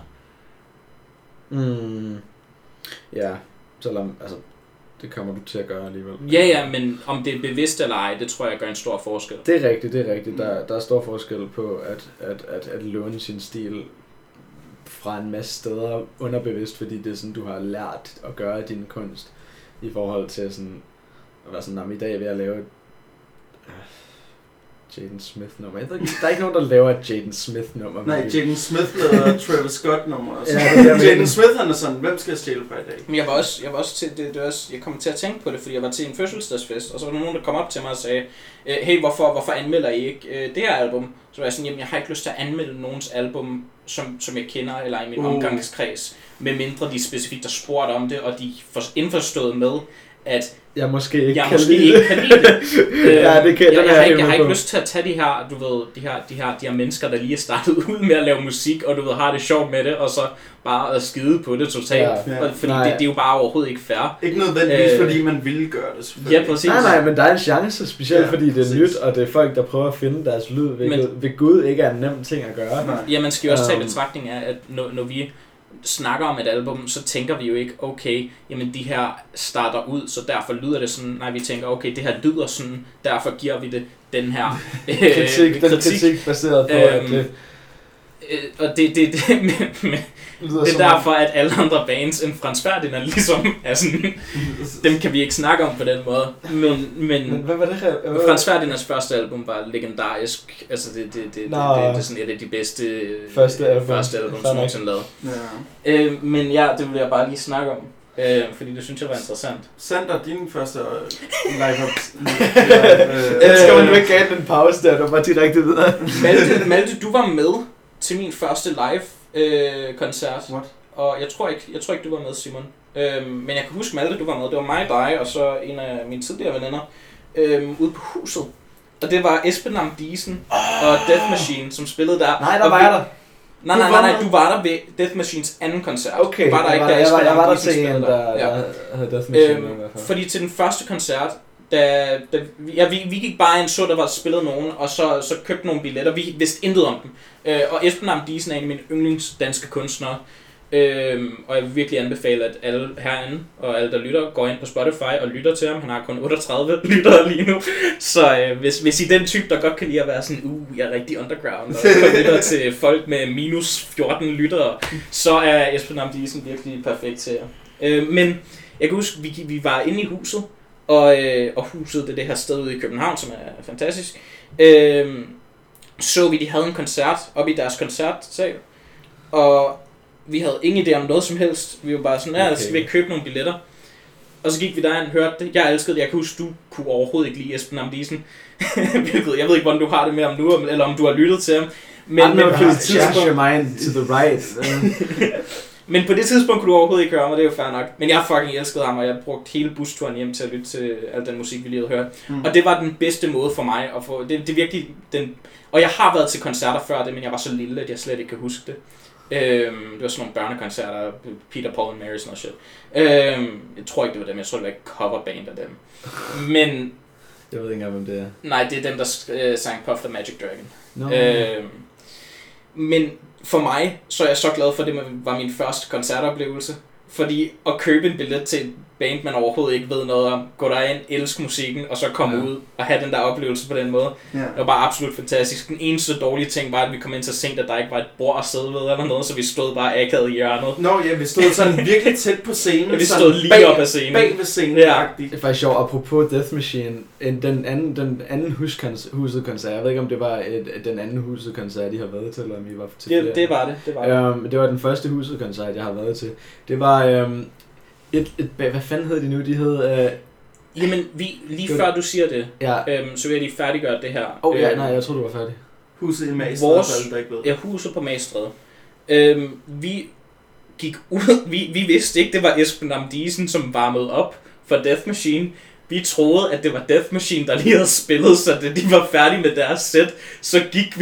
Mm. Ja, selvom, altså, det kommer du til at gøre alligevel. Ja, ja, men om det er bevidst eller ej, det tror jeg gør en stor forskel. Det er rigtigt, det er rigtigt. Der, der er stor forskel på at, at, at, at låne sin stil fra en masse steder underbevidst, fordi det er sådan, du har lært at gøre din kunst, i forhold til sådan, at være sådan, i dag vil jeg lave et Jaden Smith nummer. Jeg ved ikke, der er ikke nogen, der laver et Jaden Smith nummer. Nej, Jaden Smith lavede Travis Scott nummer. Ja, Jaden Smith han er sådan, hvem skal jeg stjæle fra i dag? Men jeg var også, jeg var også til, det, det var også, jeg kom til at tænke på det, fordi jeg var til en fødselsdagsfest, og så var der nogen, der kom op til mig og sagde, hey, hvorfor, hvorfor anmelder I ikke det her album? Så var jeg sådan, jamen jeg har ikke lyst til at anmelde nogens album, som, som jeg kender, eller i min uh. omgangskreds, medmindre de specifikt har spurgt om det, og de er indforstået med, at jeg måske ikke, jeg kan, måske lide ikke kan lide det. ja, det kan, jeg, jeg, jeg, har ikke, jeg har ikke på. lyst til at tage de her, du ved, de her, de her, de her mennesker, der lige er startet ud med at lave musik, og du ved, har det sjovt med det, og så bare at skide på det totalt. Ja, ja. Fordi det, det er jo bare overhovedet ikke fair. Ikke nødvendigvis, øh, fordi man ville gøre det. Ja, præcis. Nej, nej, men der er en chance, specielt ja, fordi det er præcis. Nyt, og det er folk, der prøver at finde deres lyd, hvilket men, ved Gud ikke er en nem ting at gøre. Nej. Ja, man skal jo også tage um, betragtning af, at når, når vi snakker om et album, så tænker vi jo ikke, okay, jamen de her starter ud, så derfor lyder det sådan, nej, vi tænker, okay, det her lyder sådan, derfor giver vi det den her øh, kritik, den kritik, kritik baseret på, øhm, det, øh, og det, det, det, men, men, det er derfor, at alle andre bands end Franz Ferdinand ligesom er sådan, dem kan vi ikke snakke om på den måde, men, men, men hvad var det her? Franz Ferdinands første album var legendarisk, altså det, det, det, det, det, det, det er sådan et af de bedste første album, første album som nogensinde lavet. Ja. Øh, men ja, det vil jeg bare lige snakke om, øh, fordi det synes jeg var interessant. Sander, din første live-up. Jeg skal jo ikke have den pause der, du var direkte videre. Malte, Malte, du var med til min første live øh, koncert. What? Og jeg tror ikke, jeg tror ikke du var med, Simon. Øhm, men jeg kan huske, Malte, du var med. Det var mig, dig og så en af mine tidligere veninder øhm, ude på huset. Og det var Esben Amdisen oh. og Death Machine, som spillede der. Nej, der var jeg der. Nej, nej, nej, nej, du var der ved Death Machines anden koncert. Okay, du var der jeg ikke, var, da jeg var, jeg var der til en, der, ja. der havde Death Machine øhm, med, i hvert fald. Fordi til den første koncert, da, da ja, vi, vi gik bare ind, så der var spillet nogen, og så, så købte nogle billetter. Vi vidste intet om dem. Øh, og Esben Amdisen er en af mine yndlings danske kunstnere. Øh, og jeg vil virkelig anbefale, at alle herinde og alle, der lytter, går ind på Spotify og lytter til ham. Han har kun otteogtredive lyttere lige nu. Så øh, hvis, hvis I er den type, der godt kan lide at være sådan, uh, jeg er rigtig underground, og lytter til folk med minus fjorten lyttere, så er Esben Amdisen virkelig perfekt til jer. Øh, men jeg kan huske, vi, vi var inde i huset, Og, øh, og huset, det er det her sted ude i København, som er fantastisk. Øh, så vi, de havde en koncert oppe i deres koncertsal, og vi havde ingen idé om noget som helst. Vi var bare sådan, ja, okay. Skal vi ikke købe nogle billetter? Og så gik vi derind og hørte det. Jeg elskede det. Jeg kan huske, du kunne overhovedet ikke lide Esben Amdisen. Jeg ved ikke, hvordan du har det med ham nu, eller om du har lyttet til ham. Men, I'm not going to change your mind to the right. Men på det tidspunkt kunne du overhovedet ikke høre mig, det er jo fair nok. Men jeg fucking elskede ham, og jeg brugte hele busturen hjem til at lytte til al den musik, vi lige havde hørt. Mm. Og det var den bedste måde for mig at få... Det, det er virkelig den... Og jeg har været til koncerter før det, men jeg var så lille, at jeg slet ikke kan huske det. Øhm, det var sådan nogle børnekoncerter, Peter, Paul and Mary, sådan noget shit. Øhm, jeg tror ikke, det var dem. Jeg tror, det var et coverband af dem. Men... Jeg ved ikke engang, hvem det er. Nej, det er dem, der øh, sang Puff the Magic Dragon. No. Øhm, men... For mig, så er jeg så glad for, at det var min første koncertoplevelse. Fordi at købe en billet til band, man overhovedet ikke ved noget om, gå derind, elske musikken, og så komme ja. ud og have den der oplevelse på den måde. Ja. Det var bare absolut fantastisk. Den eneste dårlige ting var, at vi kom ind så sent, at der ikke var et bord at sidde ved eller noget, så vi stod bare akavet i hjørnet. Nå ja, vi stod sådan virkelig tæt på scenen. Ja, vi stod lige bag, op ad scenen. Bag ved scenen. Ja. Det er faktisk sjovt, apropos Death Machine, den anden, den anden huset koncert, jeg ved ikke om det var et, den anden huset koncert, de har været til, eller om I var til flere. Ja, det var det. Det var, det. Um, det var den første huset koncert, jeg har været til. Det var um, et, et, hvad fanden hed de nu? De hed... Uh, Jamen, vi, lige før du siger det, ja. øhm, så vil jeg lige færdiggøre det her. Åh oh, ja, nej, jeg troede du var færdig. Huset i Magstræde, Vores, ja, huset på Magstræde. Øhm, vi gik ud, vi, vi vidste ikke, det var Esben Amdisen, som varmede op for Death Machine. Vi troede, at det var Death Machine, der lige havde spillet, så da de var færdige med deres sæt, så gik vi,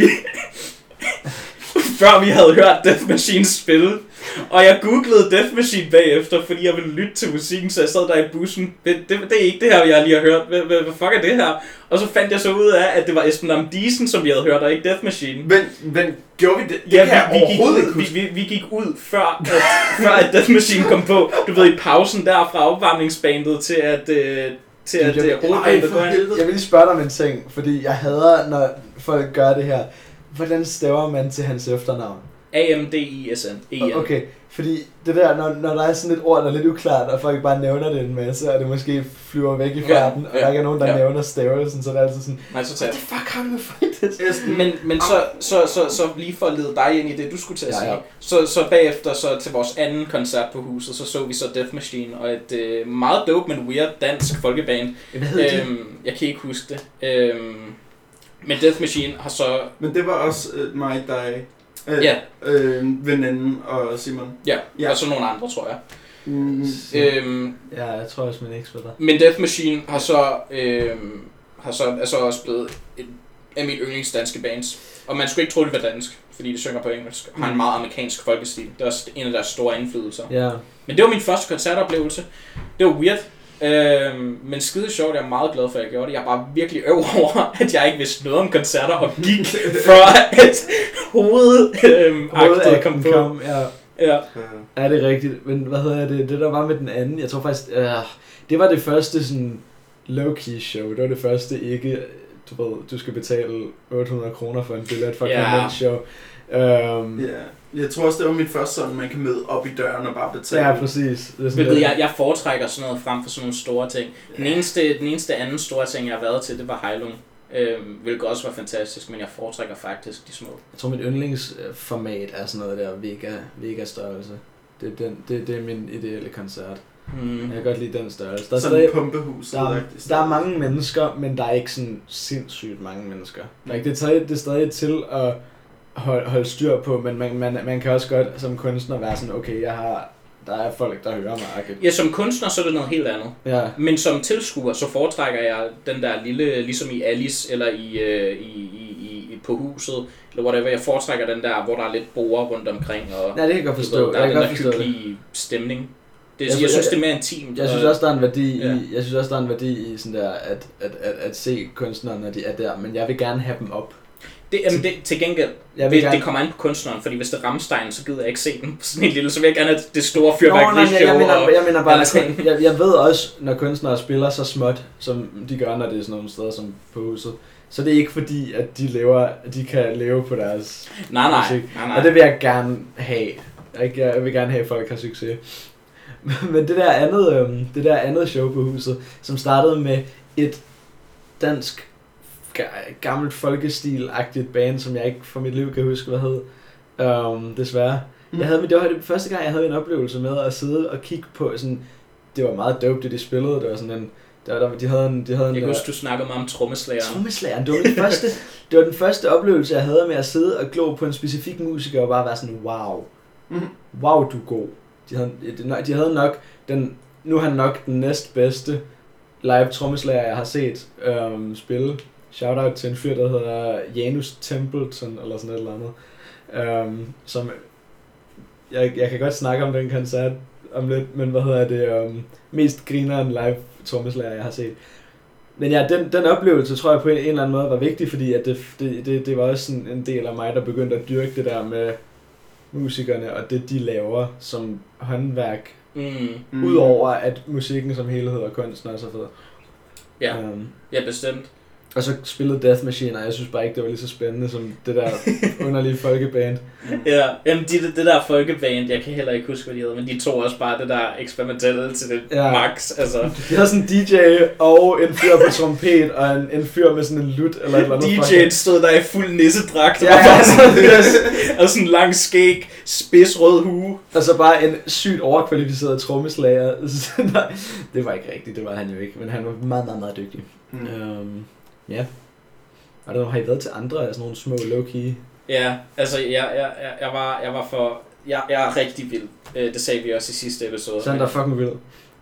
før vi havde hørt Death Machine spille. Og jeg googlede Death Machine bagefter, fordi jeg ville lytte til musikken, så jeg sad der i bussen. Det, det, det er ikke det her, jeg lige har hørt. Hvad, hvad, hvad fuck er det her? Og så fandt jeg så ud af, at det var Esben Amdisen, som vi havde hørt, og ikke Death Machine. Men, men gjorde vi det? Det ja, kan jeg vi, overhovedet vi, ikke huske. vi, vi, vi gik ud, før at, før at Death Machine kom på. Du ved, i pausen der fra opvarmningsbandet til at... Øh, til at jeg, hovedbandet går ind. Jeg vil lige spørge dig om en ting, fordi jeg hader, når folk gør det her. Hvordan staver man til hans efternavn? A M D I S N. E N. Okay, fordi det der, når, når der er sådan et ord, der er lidt uklart, og folk bare nævner det en masse, og det måske flyver væk i farten, ja, ja, og der ikke er nogen, der ja. nævner stavelsen, så det er altid sådan, nej, så what the fuck har du med faktisk? Men, men så, så, så, så lige for at lede dig ind i det, du skulle til at sige, ja, ja. Så, så bagefter så til vores anden koncert på huset, så så vi så Death Machine, og et øh, meget dope, men weird dansk folkeband. Hvad hedder øhm, det? Jeg kan ikke huske det. Øhm, men Death Machine har så... Men det var også øh, mig, dig... Øh, ja. Øh, veninden og Simon. Ja, ja, og så nogle andre, tror jeg. Mm, øhm, ja, jeg tror også, min eks var der. Men Death Machine har så, øhm, har så, er så også blevet et af mine yndlings danske bands. Og man skulle ikke tro, det var dansk, fordi det synger på engelsk. Har en meget amerikansk folkestil. Det er også en af deres store indflydelser. Ja. Men det var min første koncertoplevelse. Det var weird. Øhm, men skide sjovt, jeg er meget glad for, at jeg gjorde det. Jeg er bare virkelig øv over, at jeg ikke vidste noget om koncerter og gik, før at hovedaktet øhm, kom på. Kom, ja. Ja. Er det rigtigt? Men hvad hedder det? Det der var med den anden, jeg tror faktisk, øh, det var det første sådan low-key show. Det var det første ikke, du ved, du skal betale otte hundrede kroner for en billet for yeah. et show. Um, ja. Jeg tror også, det var mit første sådan, man kan møde op i døren og bare betale. Ja, præcis. Det er sådan, ved, jeg, jeg foretrækker sådan noget frem for sådan nogle store ting. Den eneste, den eneste anden store ting, jeg har været til, det var Heilung. Øhm, hvilket også var fantastisk, men jeg foretrækker faktisk de små. Jeg tror, mit yndlingsformat er sådan noget der vega, vega størrelse. Det er, den, det, det er min ideelle koncert. Mm. Jeg kan godt lide den størrelse. Der er sådan en pumpehus. Der, der, der er mange mennesker, men der er ikke sådan sindssygt mange mennesker. Mm. Det, er stadig, det er stadig til at holde, holde styr på, men man, man, man kan også godt som kunstner være sådan, okay, jeg har... Der er folk, der hører mig. Ja, som kunstner, så er det noget helt andet. Ja. Men som tilskuer, så foretrækker jeg den der lille, ligesom i Alice, eller i, øh, i, i, i på huset, eller whatever. Jeg foretrækker den der, hvor der er lidt borde rundt omkring. Og, ja, det kan jeg godt forstå. Ved, der jeg er kan den godt der hyggelige stemning. Det, jeg, jeg, jeg synes, det er mere intimt. Jeg synes også, der er en værdi ja. i, jeg synes også, der er en værdi i sådan der, at, at, at, at se kunstnere, når de er der, men jeg vil gerne have dem op. Det, jamen det, til gengæld, det, det kommer an på kunstneren, fordi hvis det er Rammstein, så gider jeg ikke se den på sådan en lille, så vil jeg gerne have det store fyrværkerishow. Jeg, jeg, mener, jeg mener bare, at jeg, jeg ved også, når kunstnere spiller så småt, som de gør, når det er sådan nogle steder som på huset, så det er ikke fordi, at de, lever, de kan leve på deres nej, nej, musik. Nej, nej. Og det vil jeg gerne have. Jeg vil gerne have, at folk har succes. Men det der andet, det der andet show på huset, som startede med et dansk gammelt folkestil-agtigt band, som jeg ikke for mit liv kan huske, hvad hed. Um, desværre. Mm. Jeg havde, det var det første gang, jeg havde en oplevelse med at sidde og kigge på sådan, det var meget dope, det de spillede. Det var sådan en, det var, der, de havde en, de havde en jeg kan huske, du snakkede mig om trommeslageren. Trommeslageren, det var, den første, det var den første oplevelse, jeg havde med at sidde og glo på en specifik musiker og bare være sådan, wow. Mm. Wow, du er god. De havde, de havde nok, den, nu er han nok den næstbedste live trommeslager, jeg har set um, spille. Shoutout til en fyr, der hedder Janus Templeton, eller sådan et eller andet. Um, som, jeg, jeg kan godt snakke om den koncert om lidt, men hvad hedder det, um, mest grineren live trommeslager, jeg har set. Men ja, den, den oplevelse, tror jeg på en, en eller anden måde var vigtig, fordi at det, det, det, det var også sådan en del af mig, der begyndte at dyrke det der med musikerne, og det de laver som håndværk Mm. Mm. Udover at musikken som helhed og kunsten er så fed. Ja, Um, ja bestemt. og så spillede Death Machine, og jeg synes bare ikke, det var lige så spændende som det der underlige folkeband. Ja, jamen de, det, det der folkeband, jeg kan heller ikke huske, hvad de hedder, men de tog også bare det der eksperimentelle til det Ja. max, altså. De havde sådan en D J og en fyr på trompet, og en, en fyr med sådan en lut eller et eller andet. D J'en stod der i fuld nissedragt, Ja, og, ja, sådan, og sådan en lang skæg, spids rød hue. og så bare en sygt overkvalificeret trommeslager. Det var ikke rigtigt, det var han jo ikke, men han var meget, meget, meget dygtig. Mm. Um, ja. Og der har I været til andre af sådan nogle små low-key? Ja, altså jeg, jeg, jeg, jeg, var, jeg var for, jeg, jeg er rigtig vild, øh, det sagde vi også i sidste episode. Sådan der fucking vild.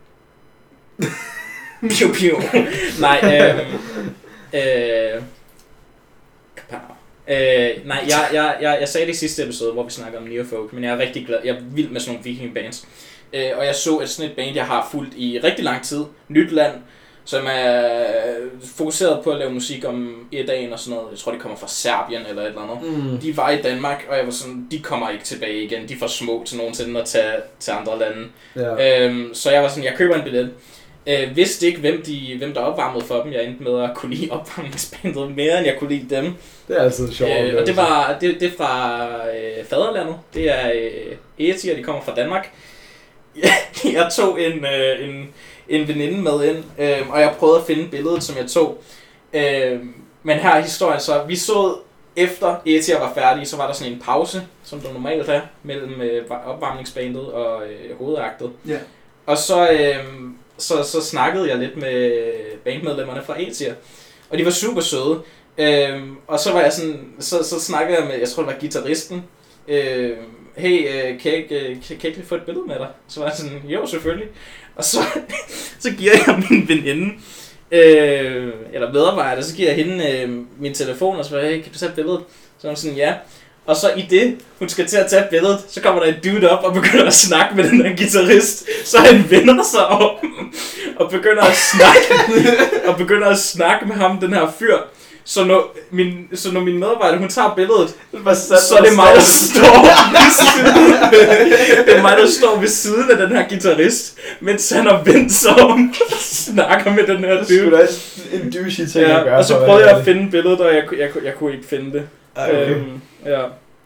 Piu piu. Nej, øh, øh, kapow. øh, nej, jeg, jeg, jeg, jeg sagde det i sidste episode, hvor vi snakkede om Neofolk, men jeg er rigtig glad, jeg er vild med sådan nogle viking-bands. Øh, og jeg så et sådan et band, jeg har fulgt i rigtig lang tid, Nytland, som er fokuseret på at lave musik om Edaen og sådan noget. Jeg tror, de kommer fra Serbien eller et eller andet. Mm. De var i Danmark, og jeg var sådan, de kommer ikke tilbage igen. De er for små til nogensinde at tage til andre lande. Ja. Øhm, så jeg var sådan, jeg køber en billet. Øh, vidste ikke, hvem, de, hvem der opvarmede for dem. Jeg endte med at kunne lide opvarmningsbandet mere, end jeg kunne lide dem. Det er altid sjovt. Øh, og det var det, det er fra øh, Faderlandet. Det er øh, Eetier, de kommer fra Danmark. Ja, jeg tog en, øh, en, en veninde med ind, øh, og jeg prøvede at finde billedet, som jeg tog. Øh, men her er historien så, vi så efter Eetier var færdige, så var der sådan en pause, som der normalt er, mellem øh, opvarmningsbandet og øh, hovedaktet. Ja. Og så, øh, så, så snakkede jeg lidt med bandmedlemmerne fra Eetier, og de var super søde. Øh, og så var jeg sådan, så, så snakkede jeg med, jeg tror det var guitaristen, øh, hey, øh, kan, jeg ikke, øh, kan, kan jeg ikke lige få et billede med dig? Så var jeg sådan, jo selvfølgelig. Og så, så giver jeg min veninde, øh, eller medarbejder, så giver jeg hende øh, min telefon, og så siger jeg, hey, kan du tage billedet? Så er hun sådan, ja. Og så i det, hun skal til at tage billedet, så kommer der en dude op og begynder at snakke med den der guitarist. Så han vender sig om og begynder at snakke, og begynder at snakke med ham, den her fyr. Så når min, så når min medarbejder, hun tager billedet, så er det mig, der står ved siden. Det er mig, der står ved siden af den her guitarist, mens han har vendt sig om og snakker med den her dude. Det dude. er sgu da en douchey ting Ja, at gøre. og så prøvede jeg at finde billedet, og jeg, jeg, jeg, jeg kunne ikke finde det. Okay. Øhm, ja.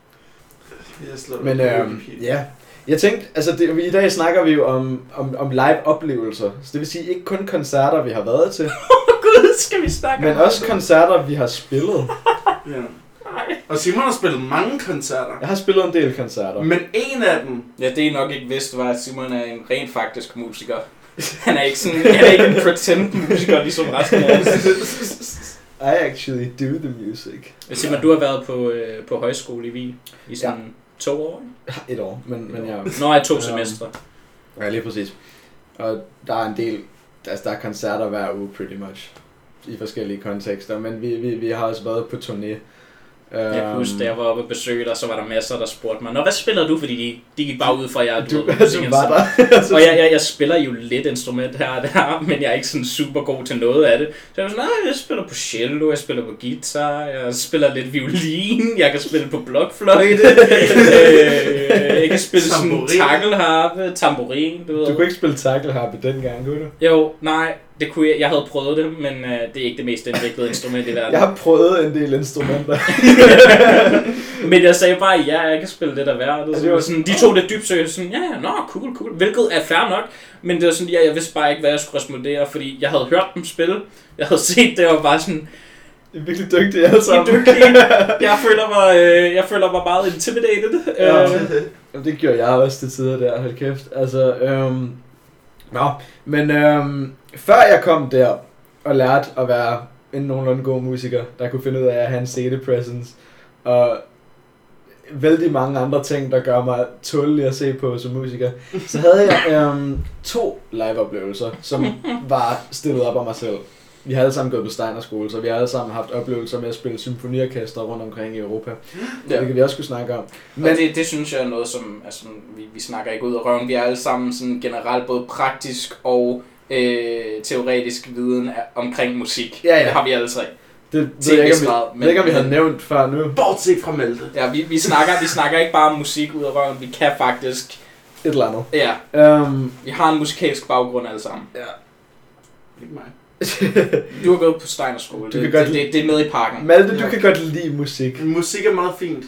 Men øhm, ja, jeg tænkte, altså det, i dag snakker vi jo om, om, om live-oplevelser. Så det vil sige ikke kun koncerter, vi har været til, Gud, skal vi snakke men om også koncerter, vi har spillet. Ja. Nej. Og Simon har spillet mange koncerter. Jeg har spillet en del koncerter. Men en af dem... Ja, det I nok ikke vidste, var, at Simon er en rent faktisk musiker. Han er ikke sådan, han er ikke en pretend musiker, ligesom resten af os. I actually do the music. Simon, du har været på, øh, på højskole i Wien i sådan ja. to år? Et år, men, men ja. Nå, jeg to semestre. Ja, lige præcis. Og der er en del, altså der er koncerter hver uge pretty much, i forskellige kontekster, men vi, vi, vi har også været på turné. Jeg kan huske, da jeg var oppe og besøgte dig, så var der masser, der spurgte mig, nå, hvad spiller du? Fordi de, de gik bare ud fra, at jeg du, du var der. Og jeg, jeg, jeg spiller jo lidt instrument her og der, men jeg er ikke sådan super god til noget af det. Så jeg var sådan, nej, jeg spiller på cello, jeg spiller på guitar, jeg spiller lidt violin, jeg kan spille på blokfløjte, øh, jeg kan spille sådan tackleharpe, tamburin, du ved. Du kunne ikke spille tackleharpe dengang, kunne du? Jo, nej, det kunne jeg. Jeg havde prøvet det, men øh, det er ikke det mest indviklede instrument i verden. Jeg har prøvet en del instrumenter. Men jeg sagde bare, ja, jeg kan spille det der værd. Det, det var sådan, de tog det dybt seriøst, sådan, ja, ja, nå, cool, cool. Hvilket er fair nok, men det var sådan, ja, jeg vidste bare ikke, hvad jeg skulle respondere, fordi jeg havde hørt dem spille. Jeg havde set det, og var bare sådan, det er virkelig dygtige alle sammen. Jeg føler mig, øh, jeg føler mig meget intimidated. Ja, øh. Det gjorde jeg også til tider der, hold kæft. Altså, øhm, nå, men øhm, før jeg kom der og lærte at være en nogenlunde god musiker, der kunne finde ud af at have en stage presence, og vældig mange andre ting, der gør mig tålelig at se på som musiker, så havde jeg øhm, to live-oplevelser, som var stillet op af mig selv. Vi har alle sammen gået på Steiner skole, så vi har alle sammen haft oplevelser med at spille symfoniorkester rundt omkring i Europa. Ja. Det kan vi også kunne snakke om. Men det, det synes jeg er noget, som altså, vi, vi snakker ikke ud af røven. Vi er alle sammen sådan generelt både praktisk og øh, teoretisk viden omkring musik. Ja, ja. Det har vi alle tre. Det ved jeg ikke, om vi, men, ved ikke, om vi havde nævnt før nu. Bortset fra Malte. Ja, vi, vi, snakker, vi snakker ikke bare om musik ud af røven. Vi kan faktisk et eller andet. Ja. Um, Vi har en musikalsk baggrund alle sammen. ja. Ikke mig. Du har gået på Steiner skole. Du Det, kan det, godt det, det er med i parken. Malte, du Ja. kan godt lide musik. Musik er meget fint.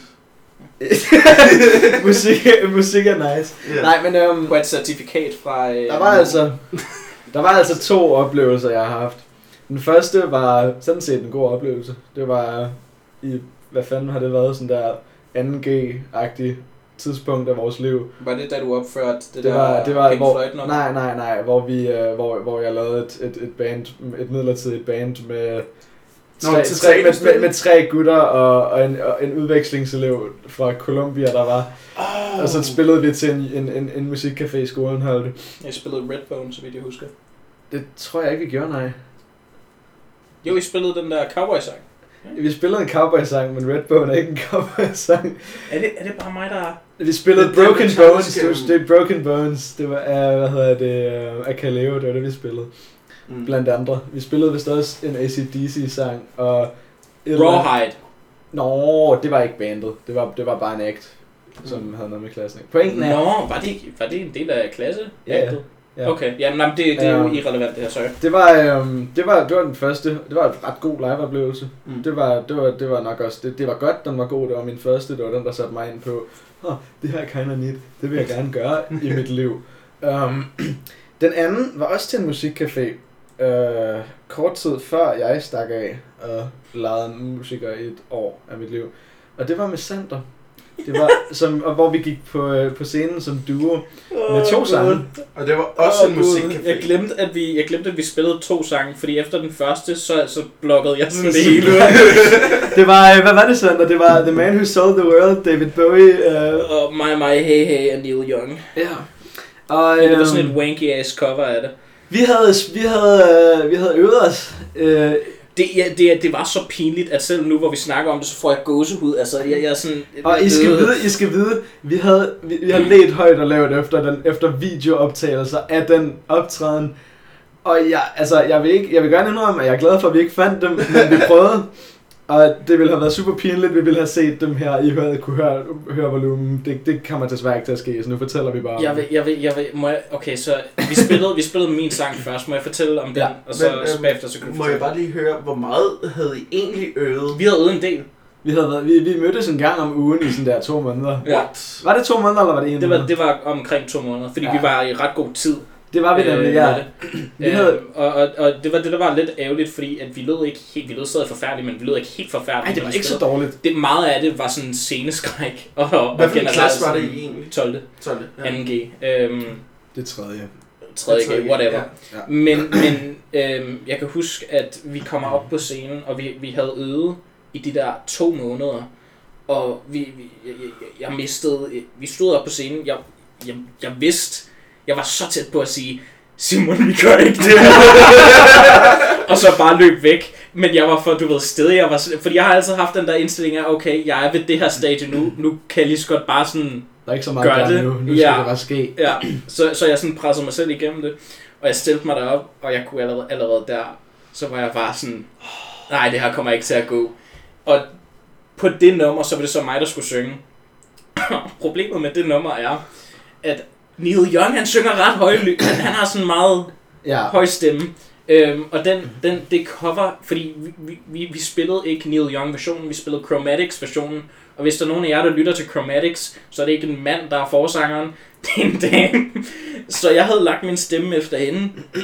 musik, musik er nice. Ja. Nej, men øhm, På et certifikat fra... Øh, der var altså der var altså to oplevelser, jeg har haft. Den første var sådan set en god oplevelse. Det var i, hvad fanden har det været, sådan der anden G-agtig tidspunkt af vores liv. Var det da du opførte det, Det der var, det var Pink hvor, Floyd nummer? nej, nej, nej, hvor vi, øh, hvor, hvor jeg lavede et, et, et band, et midlertidigt band med tre, Nå, til tre, tre, med, med, med tre gutter og, og, en, og en udvekslingselev fra Colombia, der var. Oh. Og så spillede vi til en, en, en, en musikcafé i skolen, havde det. Jeg spillede Redbone, så vidt jeg husker. Det tror jeg ikke, vi gjorde, nej. Jo, I spillede den der cowboy-sang. Vi spillede en cowboy-sang, men Redbone er ikke en cowboy-sang. Er det, er det bare mig, der... Vi spillede Det- det Broken var Bones, det, var- det er Broken Bones, det var, uh, hvad hedder det, uh, Akaleo, det var det, vi spillede. Mm. Blandt andre. Vi spillede vist også en A C D C-sang, og... et eller andet- Rawhide. Nå, det var ikke bandet, det var, det var bare en act, som Mm. havde noget med klassen. Pointen er... Nå, var det, var det en del af klasse? Ja, ja. Ja. Okay, jamen nej, men det, det er jo Ja. irrelevant det her, sorry. Det var, øhm, det var, det var den første, det var en ret god liveoplevelse. Mm. Det var, det var, det var nok også, det, det var godt, den var god, det var min første, det var den, der satte mig ind på, oh, det her kind of neat, det vil jeg gerne gøre i mit liv. Um, den anden var også til en musikcafé, uh, kort tid før jeg stak af og lavede en musiker i et år af mit liv. Og det var med Sander. Det var, som, og hvor vi gik på, øh, på scenen som duo med to sange. Og det var også Åh, en Gud. musikcafé. Jeg glemte, at vi, jeg glemte, at vi spillede to sange, fordi efter den første, så, så blokkede jeg sådan det hele ud. Det var, øh, hvad var det, Sander? Det var The Man Who Sold the World, David Bowie. Øh, Og My My Hey Hey og Neil Young. ja. Og, Men det var sådan øhm, et wanky ass cover af det. vi havde, vi havde, øh, vi havde øvet os. Øh, Det, ja, det, det var så pinligt, at selv nu, hvor vi snakker om det, så får jeg gåsehud. Altså, jeg, jeg er sådan... og I skal vide, I skal vide, vi havde, vi, vi havde let højt og lavt efter den, efter videooptagelser af den optræden. Og jeg, altså, jeg vil ikke, jeg vil gerne indrømme, at jeg er glad for, at vi ikke fandt dem, men vi prøvede. Og det ville have været super pinligt, vi ville have set dem her, I havde kunne høre, høre volumen. Det, det kommer desværre ikke til at ske, så nu fortæller vi bare om Jeg vil, jeg vil, jeg vil, må jeg, okay, så vi spillede, vi spillede min sang først. Må jeg fortælle om den? Ja, Og så men, øhm, bagefter, så kan du Må jeg fortælle. bare lige høre, hvor meget havde I egentlig øvet? Vi havde øvet en del. Vi, havde været, vi, vi mødtes en gang om ugen i sådan der to måneder. Ja. What? Var det to måneder, eller var det en Det var, måned? det var omkring to måneder, fordi Ja. vi var i ret god tid. Det var vi nemlig, øh, ja. med det. Vi havde- Øhm, og, og, og det var det, der var lidt ærgerligt, fordi at vi lød ikke helt, vi lød stadig forfærdeligt, men vi lød ikke helt forfærdeligt. Nej, det når var vi ikke så spillede. dårligt. Det meget af det var sådan sceneskræk. Og, og Hvad for en generelt klasse var det sådan I egentlig? tolvte tolvte. anden G. Øhm, Det tredje. tredje tredje G, G, whatever. ja. Ja. Men, men øhm, jeg kan huske, at vi kommer op på scenen, og vi, vi havde øvet i de der to måneder. Og vi, vi jeg, jeg, jeg mistede, vi stod op på scenen, jeg, jeg, jeg vidste, jeg var så tæt på at sige, Simon, vi gør ikke det. Og så bare løb væk. Men jeg var for, du ved, stedig. Jeg var, fordi jeg har altid haft den der indstilling af, okay, jeg er ved det her stadie nu. Nu kan jeg lige så godt bare sådan... Der er ikke så meget Gør gang det. nu. Nu skal Ja. det bare ske. Ja, så, så jeg sådan pressede mig selv igennem det. Og jeg stillede mig derop, og jeg kunne allerede, allerede der, så var jeg bare sådan, nej, det her kommer ikke til at gå. Og på det nummer, så var det så mig, der skulle synge. Problemet med det nummer er, at Neil Young, han synger ret højlydt. Han, han har sådan meget Ja. høj stemme. Øhm, og den, den, det cover, fordi vi, vi, vi spillede ikke Neil Young versionen, vi spillede Chromatics versionen. Og hvis der er nogen af jer, der lytter til Chromatics, så er det ikke en mand, der er forsangeren. Det er en dame. Så jeg havde lagt min stemme efter hende.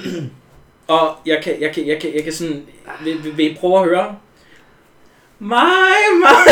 Og jeg kan, jeg kan, jeg kan, jeg kan sådan... Vil, vil, vil I prøve at høre? My, my...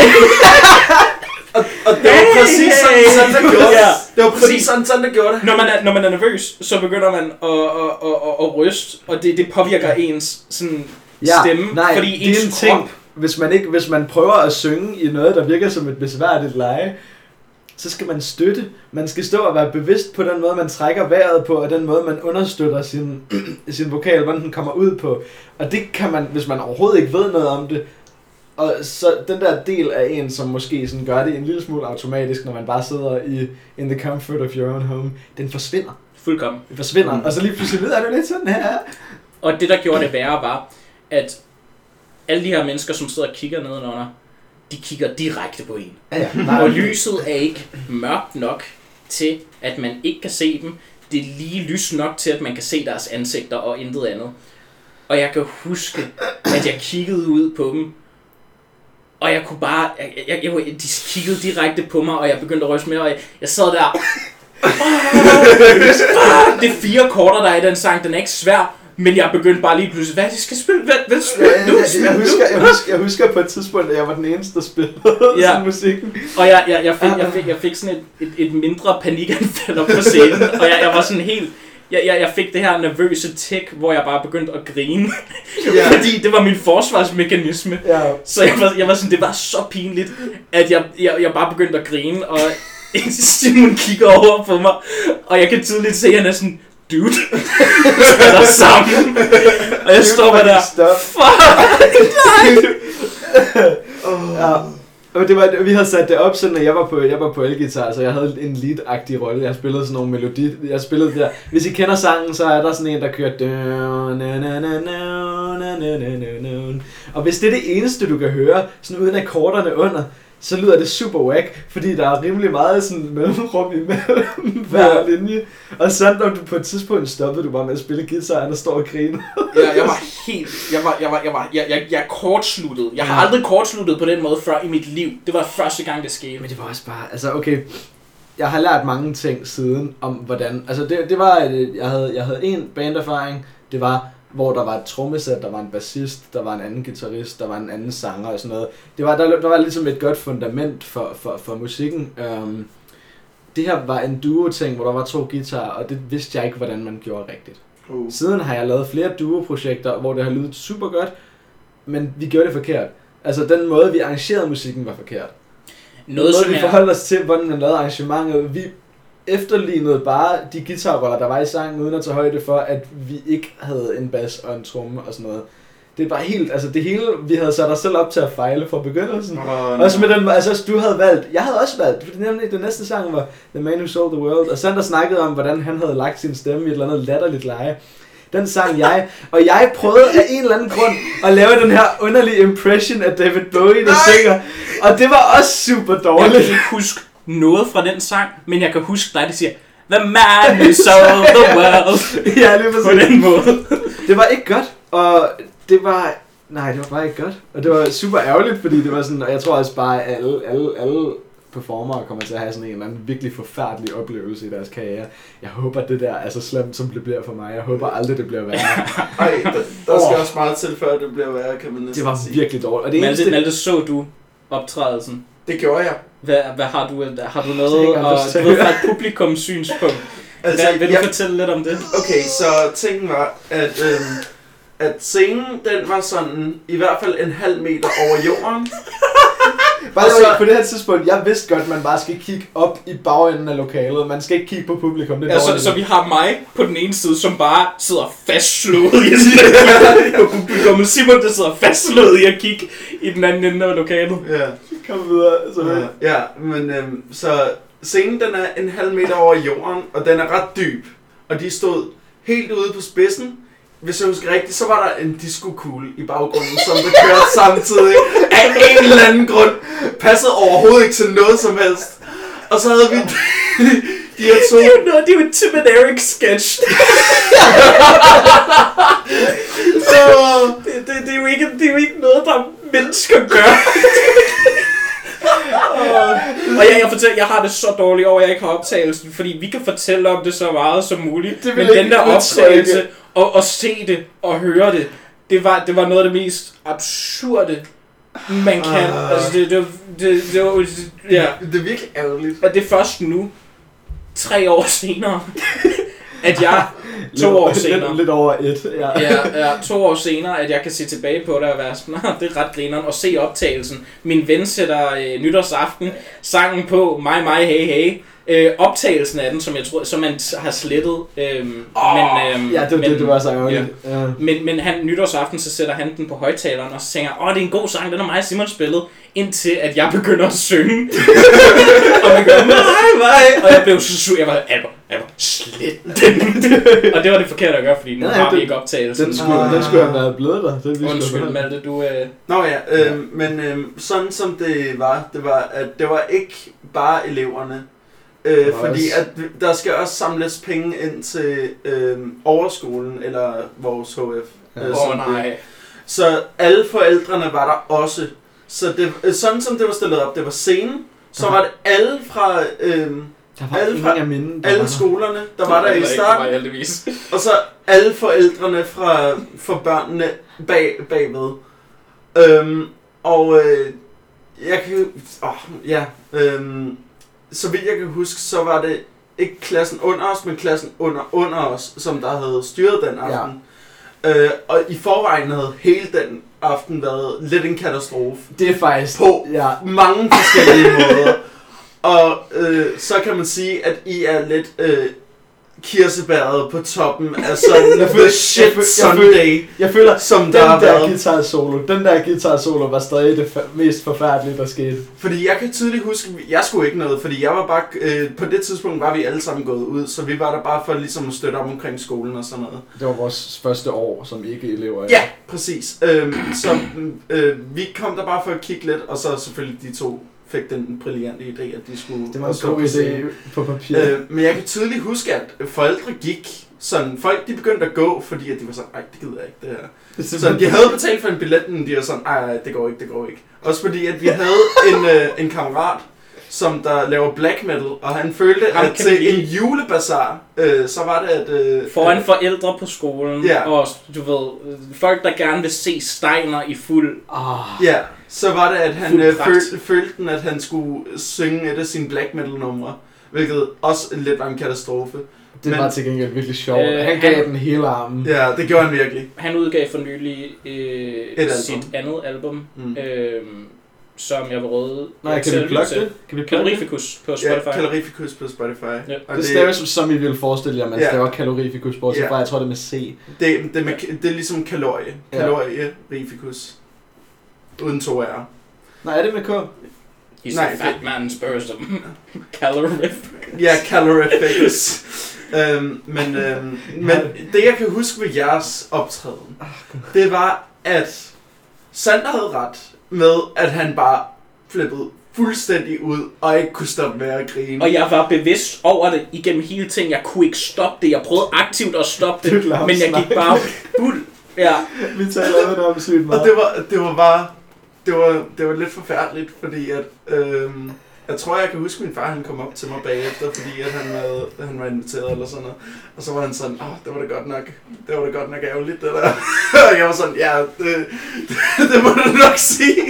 Og, og det var præcis sådan, sådan der gjorde det. Ja. Det var præcis sådan, sådan der gjorde det. Når man er, når man er nervøs, så begynder man at, at, at, at, at ryste, og det, det påvirker ens sådan, Ja, stemme, nej, fordi det er en ens ting. krop... Hvis man, ikke, hvis man prøver at synge i noget, der virker som et besværligt leje, så skal man støtte. Man skal stå og være bevidst på den måde, man trækker vejret på, og den måde, man understøtter sin, sin vokal, hvordan den kommer ud på. Og det kan man, hvis man overhovedet ikke ved noget om det. Og så den der del af en, som måske sådan gør det en lille smule automatisk, når man bare sidder i in the comfort of your own home, den forsvinder. Fuldkommen. Den forsvinder. Mm. Og så lige pludselig lyder det lidt sådan her. Og det, der gjorde det værre, var, at alle de her mennesker, som sidder og kigger nedenunder, de kigger direkte på en. Ja, ja. Nej, Og lyset er ikke mørkt nok til, at man ikke kan se dem. Det er lige lys nok til, at man kan se deres ansigter og intet andet. Og jeg kan huske, at jeg kiggede ud på dem, og jeg kunne bare, jeg, jeg, jeg, de kiggede direkte på mig, og jeg begyndte at ryste med, og jeg, jeg sad der, det er fire korter, der er i den sang, den er ikke svær, men jeg begyndte bare lige pludselig, hvad de skal spille, hvad, hvad spille ja, nu? Jeg, jeg, jeg, husker, jeg, husker, jeg husker på et tidspunkt, at jeg var den eneste, der spillede ja. sådan musikken. Og jeg, jeg, jeg, fik, jeg, fik, jeg fik sådan et, et, et mindre panikanfald op på scenen, og jeg, jeg var sådan helt, jeg, jeg, jeg fik det her nervøse tik, hvor jeg bare begyndte at grine, ja. fordi det var min forsvarsmekanisme. Ja. Så jeg var, jeg var sådan, det var så pinligt, at jeg, jeg, jeg bare begyndte at grine, og Simon kigger over på mig, og jeg kan tydeligt se, at han er sådan, dude, vi spiller sammen. Og jeg står bare der, fuck, ja. Og det var, vi havde sat det op sådan, at jeg var på, jeg var på elgitar, så jeg havde en lead-agtig rolle. Jeg spillede sådan nogle melodi. Jeg spillede der. Hvis I kender sangen, så er der sådan en, der kører. Og hvis det er det eneste, du kan høre, sådan uden akkorderne under, så lyder det super whack, fordi der er rimelig meget sådan mellemrum imellem hver linje. Og så når du på et tidspunkt stoppede du bare med at spille guitar, og står og griner. Ja, jeg var helt, jeg var, jeg var, jeg var, jeg, jeg, jeg kortsluttet. Jeg har aldrig kortsluttet på den måde før i mit liv. Det var første gang, det skete. Men det var også bare, altså okay, jeg har lært mange ting siden om hvordan, altså det, det var, jeg havde, jeg havde en banderfaring, det var, hvor der var et trommesæt, der var en bassist, der var en anden guitarist, der var en anden sanger og sådan noget. Det var, der, der var ligesom et godt fundament for, for, for musikken. Um, det her var en duo-ting, hvor der var to guitarer, og det vidste jeg ikke, hvordan man gjorde rigtigt. Uh. Siden har jeg lavet flere duo-projekter, hvor det har lydet super godt, men vi gjorde det forkert. Altså den måde, vi arrangerede musikken, var forkert. Noget, den måde, vi forholdt os til, hvordan man lavede arrangementet, vi efterlignede bare de guitarroller, der var i sangen, uden at tage højde for, at vi ikke havde en bas og en tromme og sådan noget. Det er bare helt, altså det hele, vi havde sat os selv op til at fejle fra begyndelsen. Oh, også med den, altså du havde valgt, jeg havde også valgt, fordi nemlig den næste sang var The Man Who Sold the World, og Sander snakkede om, hvordan han havde lagt sin stemme i et eller andet latterligt leje. Den sang jeg, og jeg prøvede af en eller anden grund at lave den her underlige impression af David Bowie, der synger, og det var også super dårligt. Jeg kan ikke huske noget fra den sang, men jeg kan huske dig, der siger, The Man Who Sold the World. Ja, lige på den måde. Det var ikke godt, og det var, nej, det var bare ikke godt, og det var super ærgerligt, fordi det var sådan, og jeg tror også bare, at alle, alle, alle performere kommer til at have sådan en eller anden virkelig forfærdelig oplevelse i deres karriere. Jeg håber, det der er så slemt, som det bliver for mig. Jeg håber aldrig, det bliver værre. Ej, der, der skal oh. også meget til, før det bliver værre, kan man næsten Det var sige. virkelig dårligt. Og det eneste... Malte, Malte, så du optrædelsen? Det gjorde jeg. Hvad, hvad har du, har du noget, og du ved fra et publikums synspunkt? Altså, hvad, vil du jeg... fortælle lidt om det? Okay, så tingen var, at, øhm, at scenen, den var sådan, i hvert fald en halv meter over jorden. Bare så, på det her tidspunkt, jeg vidste godt, at man bare skal kigge op i bagenden af lokalet. Man skal ikke kigge på publikum. Det er ja, så, så vi har mig på den ene side, som bare sidder fastslået i at kigge på publikum. Simon, der sidder fastslået i at kigge i den anden ende af lokalet. Ja. Kom videre. Så ja, ja, men øhm, så scenen, den er en halv meter over jorden, og den er ret dyb. Og de stod helt ude på spidsen. Hvis jeg husker rigtigt, så var der en disco-kugle i baggrunden, som der kørte samtidig af en eller anden grund. Passede overhovedet ikke til noget som helst. Og så havde vi de her to... Det er jo noget, det er jo en Tim and Eric sketch. så, det, det, det, er jo ikke, det er jo ikke noget, der mennesker gør. og jeg, jeg, fortæller, jeg har det så dårligt over, at jeg ikke har optagelsen, fordi vi kan fortælle om det så meget som muligt. Men den der optagelse, og, og se det, og høre det, det var, det var noget af det mest absurde, man kan. Uh, altså, det, det, det, det, var, det, ja. det er virkelig ærgerligt. Og det er først nu, tre år senere, at jeg, to år senere, lidt, lidt over et, ja. ja, ja, to år senere, at jeg kan se tilbage på det og være sådan, det er ret grineren, og se optagelsen. Min ven sætter øh, nytårsaften sangen på, mig, mig, hey, hey. Øh, optagelsen af den, som jeg tror, som man har slettet. Øhm, oh, men, øhm, ja, det, men, det, det var så ærgerligt. Ja. Ja. Men, men han, nytårsaften, så sætter han den på højtaleren, og så tænker åh, det er en god sang, den har mig og Simon spillet, indtil at jeg begynder at synge. og man gør, nej, nej. Og jeg blev så sur, jeg var, Albert, Albert, slet den. og det var det forkerte at gøre, fordi nu ja, har vi ikke optagelsen. Den skulle, ah, den skulle have været blevet der. Den undskyld, Malte, du... Øh... Nå ja, øh, ja. men øh, sådan som det var, det var, at det var ikke bare eleverne, Øh, var fordi også- at der skal også samles penge ind til øh, overskolen, eller vores H F. Ja. øh, Åh som oh, det- nej. Så alle forældrene var der også. Så det, øh, sådan som det var stillet op, det var scenen, så Ja. var det alle fra øh, Der var Alle ingen fra- af mine, der alle var- skolerne, der var der i Det var starten. heldigvis. Og så alle forældrene fra, fra børnene bag, bagved. Øhm, og øh, jeg kan... Åh, ja. Øhm, så vidt jeg kan huske, så var det ikke klassen under os, men klassen under under os, som der havde styret den aften. Ja. Øh, og i forvejen havde hele den aften været lidt en katastrofe. Det er faktisk... På Ja. mange forskellige måder. Og øh, så kan man sige, at I er lidt øh, kirsebæret på toppen af sådan Jeg føler- the shit jeg føler- jeg Sunday, Jeg føler, som den der har der været. guitar solo, den der guitar solo var stadig det fa- mest forfærdelige, der skete. Fordi jeg kan tydeligt huske, jeg skulle ikke noget, fordi jeg var bare, øh, på det tidspunkt var vi alle sammen gået ud, så vi var der bare for ligesom at støtte op omkring skolen og sådan noget. Det var vores første år som ikke-elever. Ja, præcis. Øhm, så øh, vi kom der bare for at kigge lidt, og så selvfølgelig de to fik den brillante idé, at de skulle Det var en stå god på idé scenen. på papir. Øh, men jeg kan tydeligt huske, at forældre gik sådan, folk de begyndte at gå, fordi at de var sådan, nej, det gider jeg ikke, det her. Så de havde betalt for en billet, men de var sådan, nej, det går ikke, det går ikke. Også fordi, at vi havde en, øh, en kammerat, som der laver black metal, og han følte, Ham at kan vi til lide. en julebazar, øh, så var det, at... Øh, Foran at, forældre på skolen, Ja. og du ved, folk der gerne vil se Steiner i fuld... Ah, Ja, så var det, at han Fuld øh, pragt. følte, følte den, at han skulle synge et af sine black metal numre, hvilket også lidt var en katastrofe. det men- var til gengæld virkelig sjovt. Øh, han gav han- den hele armen. Ja, det gjorde han virkelig. Han udgav for nylig øh, album. sit andet album, Mm. øh, som jeg vil råde... Nej, kan vi plukke det? Kan vi plukke det? Kalorifikus på Spotify. Ja, kalorifikus på Spotify. Ja. Og Det staves som I ville forestille jer, man Ja. staver kalorifikus på, så Ja. jeg tror det er med C. Det, det, med, det er ligesom kalorie. Ja. Kalorifikus. Uden to R'er. Nej, er det med K? He's Nej, a fat man's person. Calorific. Ja, calorificus. øhm, men, øhm, men det jeg kan huske ved jeres optræden, det var, at Sander havde ret med, at han bare flippede fuldstændig ud, og ikke kunne stoppe med at grine. Og jeg var bevidst over det igennem hele tiden. Jeg kunne ikke stoppe det. Jeg prøvede aktivt at stoppe Du det, lader men jeg snakke. gik bare fuld. Ja. Vi taler om det om sygt meget. Og det var, det var bare, det var, det var lidt forfærdeligt, fordi at, øhm, jeg tror, jeg kan huske, min far han kom op til mig bagefter, fordi at han, havde, han var inviteret eller sådan noget. Og så var han sådan, åh, det var det godt nok, det var det godt nok ærgerligt, det der. Og jeg var sådan, ja, det, det, det må du nok sige.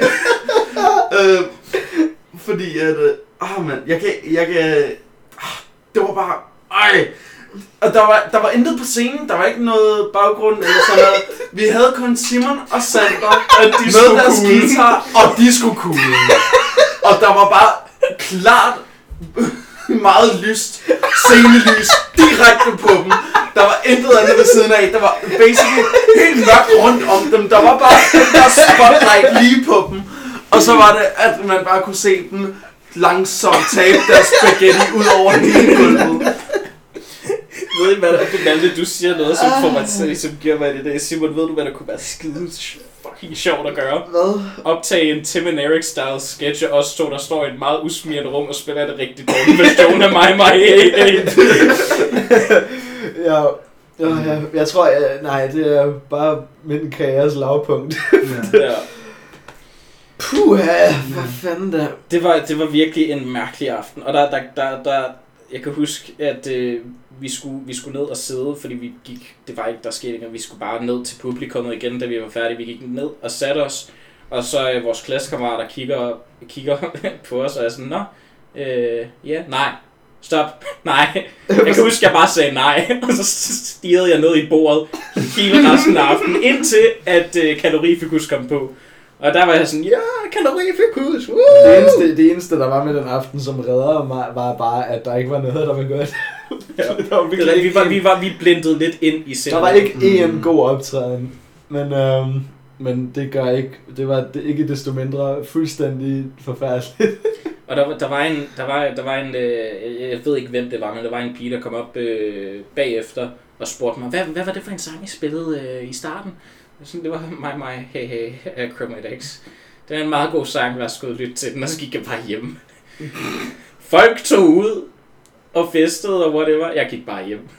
øh, fordi at, øh, ah man, jeg kan, jeg kan, ah, det var bare, ej. Og der var, der var intet på scenen, der var ikke noget baggrund eller sådan noget. Vi havde kun Simon og Sander Og de med skulle deres cool. guitar, og de skulle cool. Og der var bare klart meget lyst scenelys direkte på dem. Der var intet andet ved siden af. Der var basically helt mørkt rundt om dem. Der var bare den der spotlight lige på dem. Og så var det, at man bare kunne se dem langsomt tabe deres spaghetti ud over hele gulvet. Ved I hvad, Malte, du siger noget, som får mig til, som giver mig det der. Simon, ved du, hvad der kunne være skide fucking sjovt at gøre? Hvad? Optage en Tim and Eric style sketch, og os to, der står i et meget usmiret rum og spiller det rigtig dårligt version af mig, mig, hey, hey. Ja, ja, ja, jeg tror, jeg, nej, det er bare min karrieres lavpunkt. Ja. Puha, hvad fanden der? Det var, det var virkelig en mærkelig aften, og der, der, der, der jeg kan huske, at øh, vi, skulle, vi skulle ned og sidde, fordi vi gik, det var ikke, der skete ikke, vi skulle bare ned til publikummet igen, da vi var færdige. Vi gik ned og satte os, og så øh, vores klassekammerater kigger, kigger på os og er sådan, nå, øh, ja, yeah, nej, stop, nej. Jeg kan huske, jeg bare sagde nej, og så stirrede jeg ned i bordet hele resten af aftenen, indtil at øh, kalorifikus kom på. Og der var jeg sådan, ja, kalorifikus, woo! Det eneste, det eneste, der var med den aften, som redder mig, var bare, at der ikke var noget, der var godt. Ja. Der var virkelig vi, var, ikke vi, var, vi blendede lidt ind i Der scenen. var ikke én Mm. god optræden, men, øhm, men det gør ikke, det var det, ikke desto mindre fuldstændig forfærdeligt. Og der, der var en, der var, der var en øh, jeg ved ikke hvem det var, men der var en pige, der kom op øh, bagefter og spurgte mig, hvad, hvad var det for en sang, I spillede øh, i starten? Sådan, det var My My Hey Hey af Chromatics. Det er en meget god sang, lad os gå og lytte til den, og så gik jeg bare hjem. Folk tog ud og festede og whatever. Jeg gik bare hjem.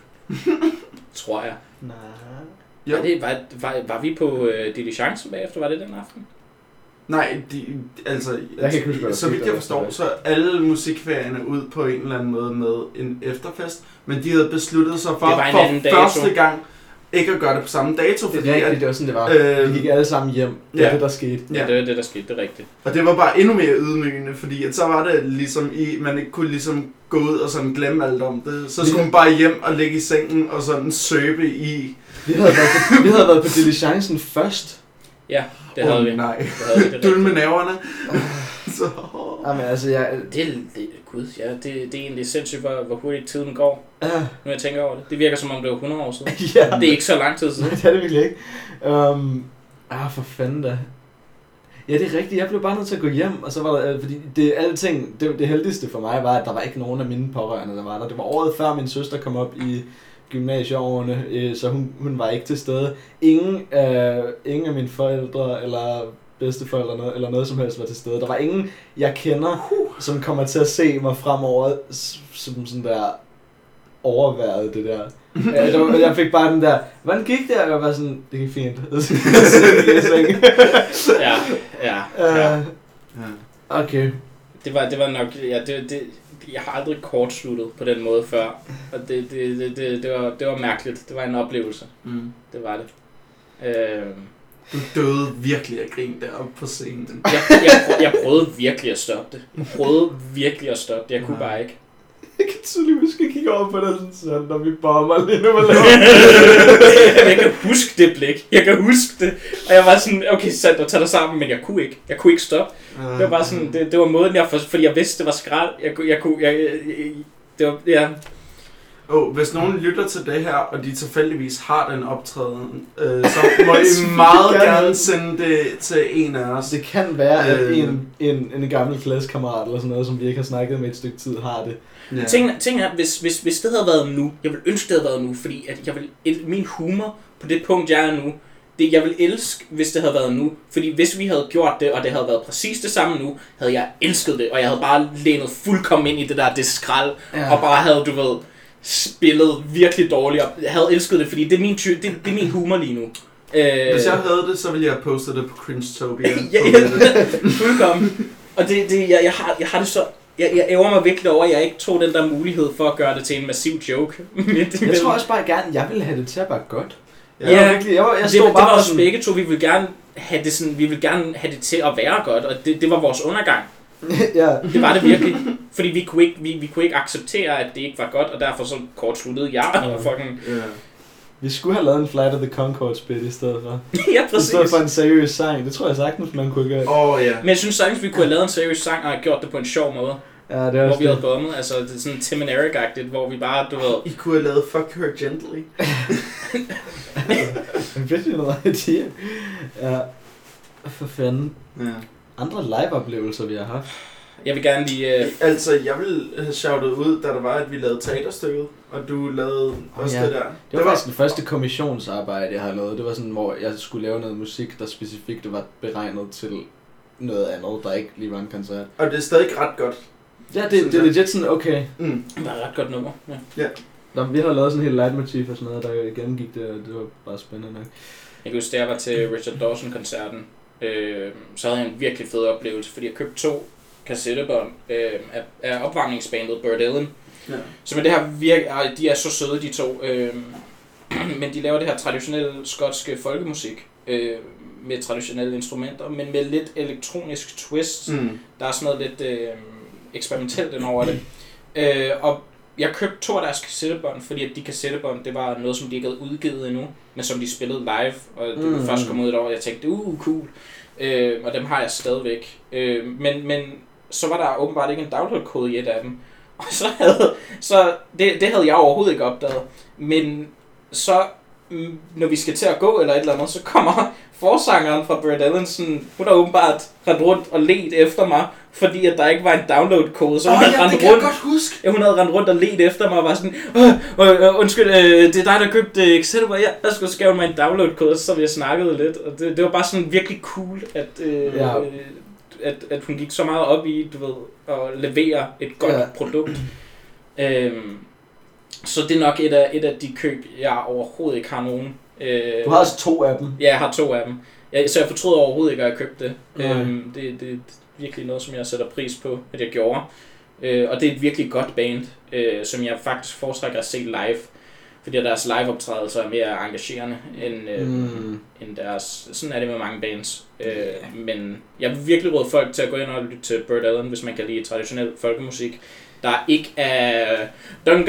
Tror jeg. Nej. Jo. Var, det, var, var, var vi på uh, diligencen bagefter? Var det den aften? Nej, de, altså, Jeg kan ikke huske, hvad der så vidt skete jeg der forstår, efter så er alle musikferierne ud på en eller anden måde med en efterfest, men de havde besluttet sig for, Det var en for anden dato. første gang ikke at gøre det på samme dato, fordi Det er rigtigt, at, det var sådan, det var. Øh, Vi gik alle sammen hjem. Det er ja. det, der skete. Ja, Ja. det var det, der skete. Det er rigtigt. og det var bare endnu mere ydmygende, fordi at så var det ligesom i, man ikke kunne ligesom gå ud og sådan glemme alt om det. Så skulle man bare hjem og ligge i sengen og sådan søbe i. Vi havde været på, vi havde været på diligencen først. Ja, det havde Åh, vi. nej. Det havde vi, det er Døl rigtigt. med nerverne. så. Jamen altså, jeg... Det, er- det, gud, ja, det, det er egentlig sindssygt, hvor, hvor hurtigt tiden går, Uh, nu jeg tænker over det. Det virker som om det var hundrede år siden. ja. Det er ikke så lang tid siden. Det er det virkelig ikke. Um, ah, for fanden da. Ja, det er rigtigt. Jeg blev bare nødt til at gå hjem, og så var der, fordi det alting, det, det heldigste for mig var, at der var ikke nogen af mine pårørende, der var der. Det var året før min søster kom op i gymnasieårene, øh, så hun, hun var ikke til stede. Ingen, øh, ingen af mine forældre eller bedsteforældre noget, eller noget som helst var til stede. Der var ingen, jeg kender, som kommer til at se mig fremover som sådan der overværet det der. Ja, det var, jeg fik bare den der, hvordan gik det? Og jeg var sådan, det gik fint. Så gik jeg i seng. Ja, ja, ja. Øh, Okay. Det var, det var nok, ja, det, det, jeg har aldrig kortsluttet på den måde før, og det, det, det, det, det, var, det var mærkeligt. Det var en oplevelse. Mm. Det var det. Øh, Du døde virkelig af grin deroppe på scenen. jeg, jeg, jeg prøvede virkelig at stoppe det. Jeg prøvede virkelig at stoppe det. Jeg kunne Nej. bare ikke. Jeg kan tydeligt huske, at kigge over på dig sådan, når vi bomber lige nu, hvad laver Jeg kan huske det blik. Jeg kan huske det. Og jeg var sådan, okay, Sander, tag dig sammen, men jeg kunne ikke. Jeg kunne ikke stoppe. Det var bare sådan, det, det var måden, jeg for, fordi jeg vidste, det var skrald. Jeg, kunne- jeg kunne, jeg, jeg, jeg, det var, ja. Oh, hvis nogen lytter til det her, og de tilfældigvis har den optræden, øh, så må I meget gerne. gerne sende det til en af os. Det kan være, at Øh. en, en, en gammel klassekammerat eller sådan noget, som vi ikke har snakket med et stykke tid, har det. Ja. Ting, ting er, hvis, hvis, hvis det havde været nu, jeg vil ønske, det havde været nu, fordi at jeg vil, el- min humor på det punkt, jeg er nu, det jeg vil elske, hvis det havde været nu. Fordi hvis vi havde gjort det, og det havde været præcis det samme nu, havde jeg elsket det, og jeg havde bare lænet fuldkommen ind i det der, det skrald, Ja. og bare havde, du ved, spillet virkelig dårligt, og jeg havde elsket det, fordi det er min, ty- det, det er min humor lige nu. Øh, Hvis jeg havde det, så ville jeg poste det på Cringetopia. ja, fuldkommen. Og det, det, jeg, jeg, har, jeg har det så... Jeg, jeg ærger mig virkelig over, at jeg ikke tog den der mulighed for at gøre det til en massiv joke. Jeg tror også bare gerne, jeg ville have det til at være godt. Ja. Jeg var virkelig, jeg, var, jeg det, stod var- det bare var og os sådan, begge to. Vi ville gerne have det sådan, vi ville gerne have det til at være godt, og det, det var vores undergang. ja. Det var det virkelig. Fordi vi kunne ikke, vi, vi kunne ikke acceptere, at det ikke var godt, og derfor så kortsluttede jeg. Ja. Og fucking... Ja. Vi skulle have lavet en Flight of the Conchords bit i stedet for. ja, I præcis. stedet for en seriøs sang. Det tror jeg sagtens, man kunne gøre. Åh oh, ja. Men jeg synes sagtens, vi kunne have lavet en seriøs sang, og have gjort det på en sjov måde. Ja, det er Hvor også vi havde det. bommet. Altså, det er sådan Tim and Eric-agtigt, hvor vi bare, du ved... I kunne have lavet Fuck Her Gently. Virkelig noget idé. Ja. For fanden. Ja. Andre live-oplevelser, vi har haft. Jeg vil gerne lige... Øh, Altså, jeg ville have shoutet ud, da der var, at vi lavede teaterstykket, og du lavede også ja. det der. Det var faktisk det første kommissionsarbejde, jeg har lavet. Det var sådan, hvor jeg skulle lave noget musik, der specifikt var beregnet til noget andet, der ikke lige var en koncert. Og det er stadig ret godt. Ja, det, det er legit sådan, okay. Mm. det var et ret godt nummer. Ja. Nå, vi har lavet sådan en helt leitmotiv og sådan noget, der gennemgik det, og det var bare spændende nok. Jeg kan huske, da jeg var til Richard Dawson-koncerten, øh, så havde jeg en virkelig fed oplevelse, fordi jeg købte to kassettebånd øh, af, af opvarmningsbandet Bird Ellen. Ja. Så med det her virke, ej, de er så søde, de to. Øh, men de laver det her traditionelle skotske folkemusik øh, med traditionelle instrumenter, men med lidt elektronisk twist. Mm. Der er sådan noget lidt øh, eksperimentelt ind over det. Øh, og jeg købte to af deres kassettebånd, fordi at de kassettebånd, det var noget, som de ikke havde udgivet endnu, men som de spillede live, og det Mm. var først kommet ud et år, og jeg tænkte, uh, cool. Øh, og dem har jeg stadigvæk. Øh, men, men så var der åbenbart ikke en download-kode i et af dem. Og så havde, så det, det havde jeg overhovedet ikke opdaget. Men så, mm, når vi skal til at gå eller et eller andet, så kommer forsangeren fra Bird Ellen, sådan, hun har åbenbart rendt rundt og let efter mig, fordi at der ikke var en download-kode. Så hun Åh havde ja, rendt det kan jeg rundt, godt huske. ja, hun havde rendt rundt og let efter mig og var sådan, øh, øh, øh, undskyld, øh, det er dig, der købte øh, Excel, ja, der skulle skrive mig en download-kode, så vi snakkede lidt, og det, det var bare sådan virkelig cool, at, øh, Ja. øh, at, at hun gik så meget op i, du ved, at levere et godt ja. produkt. Øhm, så det er nok et af, et af de køb, jeg overhovedet ikke har nogen. Du har altså to af dem? Ja, jeg har to af dem. Jeg, så jeg fortryder overhovedet ikke, at jeg købte det. Øhm, det. Det er virkelig noget, som jeg sætter pris på, at jeg gjorde. Øh, og det er et virkelig godt band, øh, som jeg faktisk foretrækker at se live. Fordi deres liveoptrædelser er mere engagerende end, øh, mm. end deres... Sådan er det med mange bands. Øh, yeah. Men jeg vil virkelig råde folk til at gå ind og lytte til Burt Allen, hvis man kan lide traditionel folkemusik. Der ikke er... Sådan...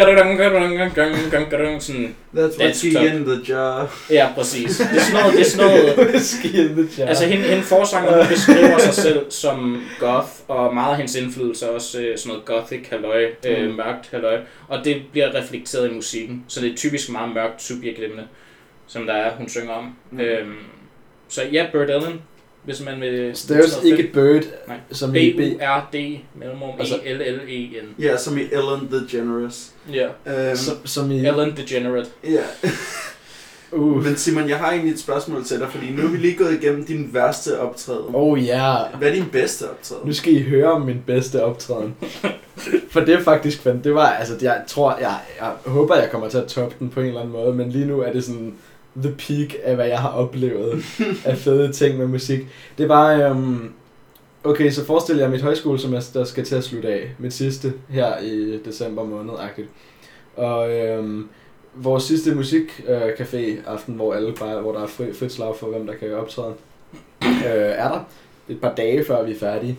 That's whiskey in the jar. Ja, præcis. Det er sådan noget... Det er sådan noget whiskey in the jar. Altså, hende, hende forsanger beskriver sig selv som goth, og meget af hendes indflydelse er også øh, sådan noget gothic halløj, øh, mm. mørkt halløj. Og det bliver reflekteret i musikken. Så det er typisk meget mørkt subjektemne, som der er, hun synger om. Mm. Øhm, så ja, Burt Allen. Hvis man vil... Staves ikke Bird, som i B U R D mellemrum E L L E N. Ja, som i Ellen DeGeneres. Ja. Um, som, som i... Ellen DeGenerate. Ja. uh. Men Simon, jeg har egentlig et spørgsmål til dig, fordi nu er vi lige gået igennem din værste optræden. Oh ja. Yeah. Hvad er din bedste optræden? Nu skal I høre om min bedste optræden. For det er faktisk fandt. Det var, altså, jeg tror, jeg, jeg håber, jeg kommer til at toppe den på en eller anden måde, men lige nu er det sådan... the peak af, hvad jeg har oplevet af fede ting med musik. Det var, øhm, okay, så forestil jer mit højskolesemester, der skal til at slutte af. Mit sidste her i december måned-agtigt. Og øhm, vores sidste musikcafé-aften, hvor alle bare, hvor der er fri, frit slag for, hvem der kan optræde, øh, er der et par dage før vi er færdige.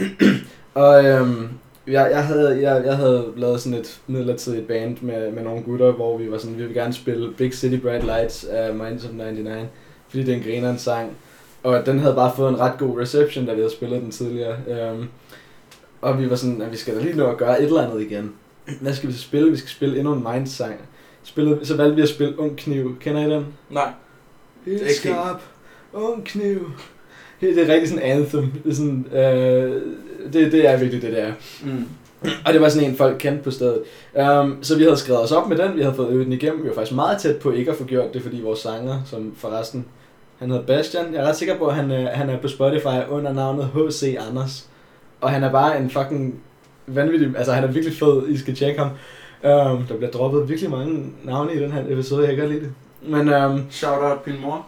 Og øhm, Jeg, jeg, havde, jeg, jeg havde lavet sådan et midlertidigt band med, med nogle gutter, hvor vi var sådan, vi vil gerne spille Big City Bright Lights af Minds of nioghalvfems, fordi det er en grineren sang. Og den havde bare fået en ret god reception, da vi havde spillet den tidligere. Um, og vi var sådan, at vi skal da lige nå at gøre et eller andet igen. Hvad skal vi så spille? Vi skal spille endnu en Minds sang. Spillede, så valgte vi at spille Ung Kniv. Kender I den? Nej. Helt skarp. Ung Kniv. Det er rigtig sådan anthem. Det er, sådan, øh, det, det er virkelig det, det er. Mm. Og det var sådan en, folk kendte på stedet. Um, så vi havde skrevet os op med den, vi havde fået øvet den igennem. Vi var faktisk meget tæt på ikke at få gjort det, fordi vores sanger, som forresten, han hedder Bastian. Jeg er ret sikker på, at han, han er på Spotify under navnet H C Anders. Og han er bare en fucking vanvittig, altså han er virkelig fed, I skal tjekke ham. Um, der bliver droppet virkelig mange navne i den her episode, jeg kan godt lide det. Men, um, shout out min mor.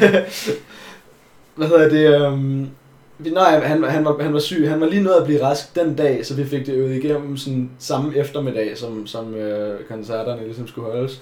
Hvad hedder det? Um, vi, nej, han, han, var, han var syg. Han var lige nået at blive rask den dag, så vi fik det øvet igennem sådan samme eftermiddag, som, som øh, koncerterne ligesom skulle holdes.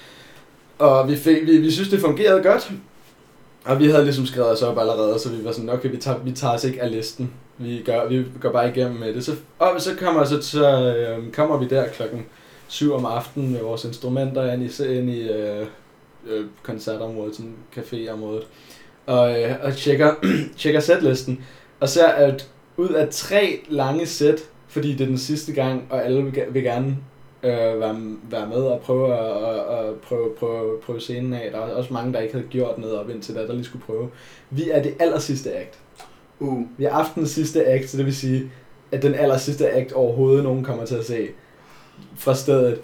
Og vi, fik, vi, vi synes, det fungerede godt. Og vi havde ligesom skrevet os op allerede, så vi var sådan, okay, vi tager, vi tager os ikke af listen. Vi gør, vi går bare igennem med det. Så, og så kommer, så, så, øh, kommer vi der klokken syv om aftenen med vores instrumenter ind i, ind i øh, øh, koncertområdet, sådan caféområdet. Og, øh, og tjekker, tjekker setlisten, og ser, at ud af tre lange sæt, fordi det er den sidste gang, og alle vil, vil gerne øh, være, være med og prøve at og, og prøve, prøve, prøve scenen af. Der er også mange, der ikke havde gjort noget op indtil da, der lige skulle prøve. Vi er det aller sidste act. Uh. Vi er aftenens sidste act, så det vil sige, at den aller sidste act overhovedet nogen kommer til at se fra stedet.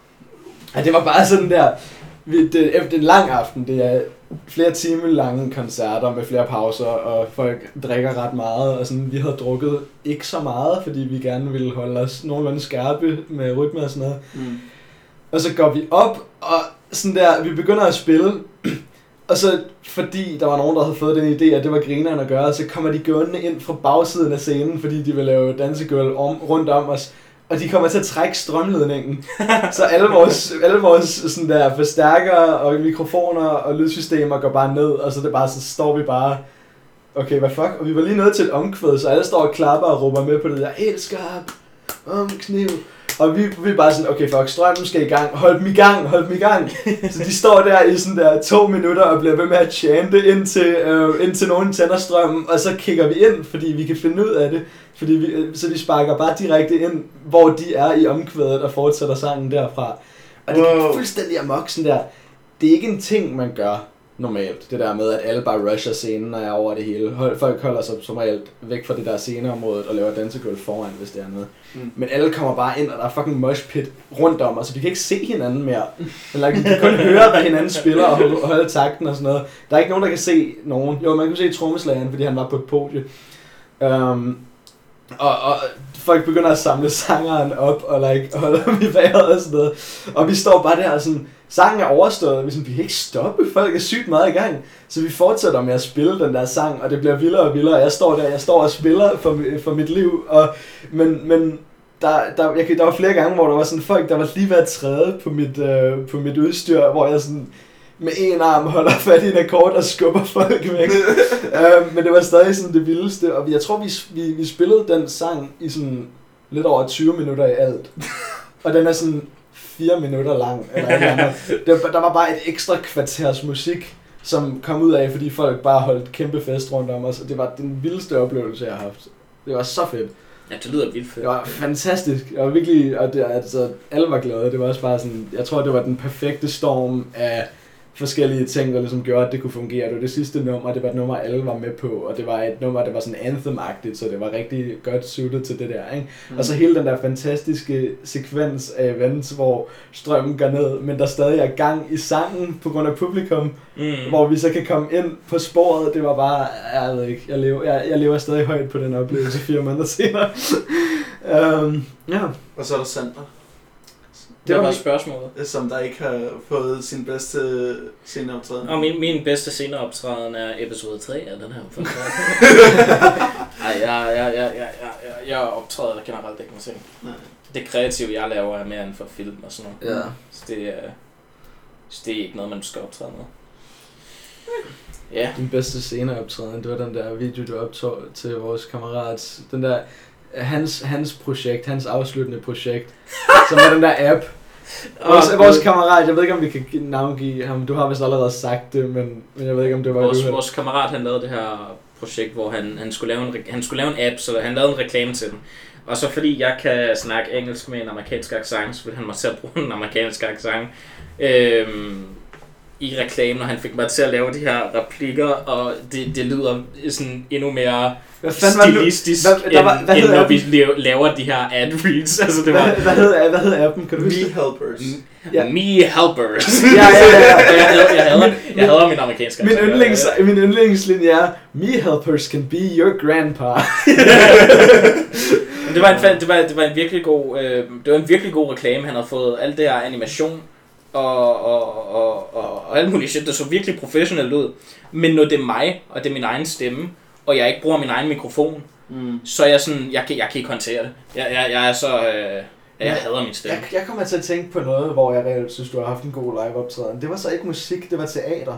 Og det var bare sådan der, vi, det, efter en lang aften, det er flere timer lange koncerter med flere pauser, og folk drikker ret meget, og sådan, vi havde drukket ikke så meget, fordi vi gerne ville holde os nogenlunde skarpe med rytme og sådan noget. Mm. Og så går vi op, og sådan der, vi begynder at spille, og så fordi der var nogen, der havde fået den idé, at det var grineren at gøre, så kommer de gående ind fra bagsiden af scenen, fordi de vil lave dansegulv om, rundt om os. Og de kommer til at trække strømledningen. Så alle vores, alle vores sådan der forstærkere og mikrofoner og lydsystemer går bare ned, og så det bare, så står vi bare, okay, hvad fuck? Og vi var lige nået til et omkvæd, så alle står og klapper og råber med på det der, helt skarp, om kniv. Og vi, vi er bare sådan, okay, fuck, strømmen skal i gang, hold dem i gang, hold dem i gang. Så de står der i sådan der to minutter og bliver ved med at chante indtil, øh, indtil nogen tænder strømmen, og så kigger vi ind, fordi vi kan finde ud af det. Fordi vi, så vi sparker bare direkte ind, hvor de er i omkvædet og fortsætter sangen derfra. Og det er fuldstændig amok sådan der. Det er ikke en ting, man gør normalt. Det der med, at alle bare rusher scenen og er over det hele. Folk holder sig som regel væk fra det der sceneområdet og laver dansegulv foran, hvis det er noget. Mm. Men alle kommer bare ind, og der er fucking mosh pit rundt om os, så vi kan ikke se hinanden mere. Eller vi kan kun høre, hvad hinanden spiller og holde takten og sådan noget. Der er ikke nogen, der kan se nogen. Jo, man kan se trommeslageren, fordi han var på et podie. Um, og, og folk begynder at samle sangeren op og like, holde ham i vejret og sådan noget. Og vi står bare der og sådan, sangen er overstået, og vi, sådan, vi kan ikke stoppe, folk er sygt meget i gang. Så vi fortsætter med at spille den der sang, og det bliver vildere og vildere. Jeg står der, jeg står og spiller for, for mit liv, og, men, men der, der, jeg, der var flere gange, hvor der var sådan folk, der var lige ved at træde på mit, øh, på mit udstyr, hvor jeg sådan med en arm holder fat i en akkord og skubber folk væk. uh, men det var stadig sådan det vildeste, og jeg tror, vi, vi, vi spillede den sang i sådan lidt over tyve minutter i alt. Og den er sådan fire minutter lang. Eller eller der, der var bare et ekstra kvarters musik, som kom ud af, fordi folk bare holdt kæmpe fest rundt om os, og det var den vildeste oplevelse, jeg har haft. Det var så fedt. Ja, det lyder vildt fedt. Det var fantastisk. Jeg var virkelig, og det, altså, alle var glade. Det var også bare sådan, jeg tror, det var den perfekte storm af forskellige ting, der ligesom gjorde, at det kunne fungere. Det var det sidste nummer, det var et nummer, alle var med på, og det var et nummer, der var sådan anthem-agtigt, så det var rigtig godt suited til det der, ikke? Mm. Og så hele den der fantastiske sekvens af events, hvor strømmen går ned, men der stadig er gang i sangen på grund af publikum, mm. hvor vi så kan komme ind på sporet. Det var bare, jeg ved ikke, jeg lever, jeg, jeg lever stadig højt på den oplevelse fire måneder senere. um, ja. Og så er der Sander. Det var spørgsmålet. Som der ikke har fået sin bedste sceneoptræden. Og min, min bedste sceneoptræden er episode tre af den her. Ej, jeg, jeg, jeg, jeg, jeg, jeg optræder generelt ikke med ting. Nej. Det kreative, jeg laver, er mere end for film og sådan noget. Ja. Så det er, så det er ikke noget, man skal optræde med. Ja. Din bedste sceneoptræden, det var den der video, du optog til vores kammerat. Den der, hans, hans projekt, hans afsluttende projekt, som er den der app. Vores, oh, vores kammerat, jeg ved ikke, om vi kan navngive ham. Du har vist allerede sagt det, men, men jeg ved ikke, om det var vores, du. Vores kammerat, han lavede det her projekt, hvor han, han, skulle lave en, han skulle lave en app, så han lavede en reklame til den. Og så fordi jeg kan snakke engelsk med en amerikansk accent, så ville han mig til at bruge en amerikansk accent øhm, i reklamen, og han fik mig til at lave de her replikker, og det, det lyder sådan endnu mere stilistisk, hvad, hvad, var, hvad end når appen? Vi laver de her ad-reads. Altså, det var, hvad, hvad, hedder, hvad hedder appen? Kan du Me Helpers. Ja. Me Helpers. ja, ja, ja. jeg hader, jeg hader, jeg hader min amerikanske. Min, yndlings, min yndlingslinje er, Me Helpers can be your grandpa. det, var en, det, var, det var en virkelig god, øh, det var en virkelig god reklame. Han havde fået alt det her animation og, og, og, og, og alt muligt shit, der så virkelig professionelt ud. Men når det er mig, og det er min egen stemme, og jeg ikke bruger min egen mikrofon, mm. så er jeg sådan, jeg kan, jeg kan ikke håndtere det. Jeg, jeg, jeg er så, øh, jeg, jeg hader min stemme. Jeg, jeg kommer til at tænke på noget, hvor jeg reelt synes, du har haft en god live-optræden. Det var så ikke musik, det var teater.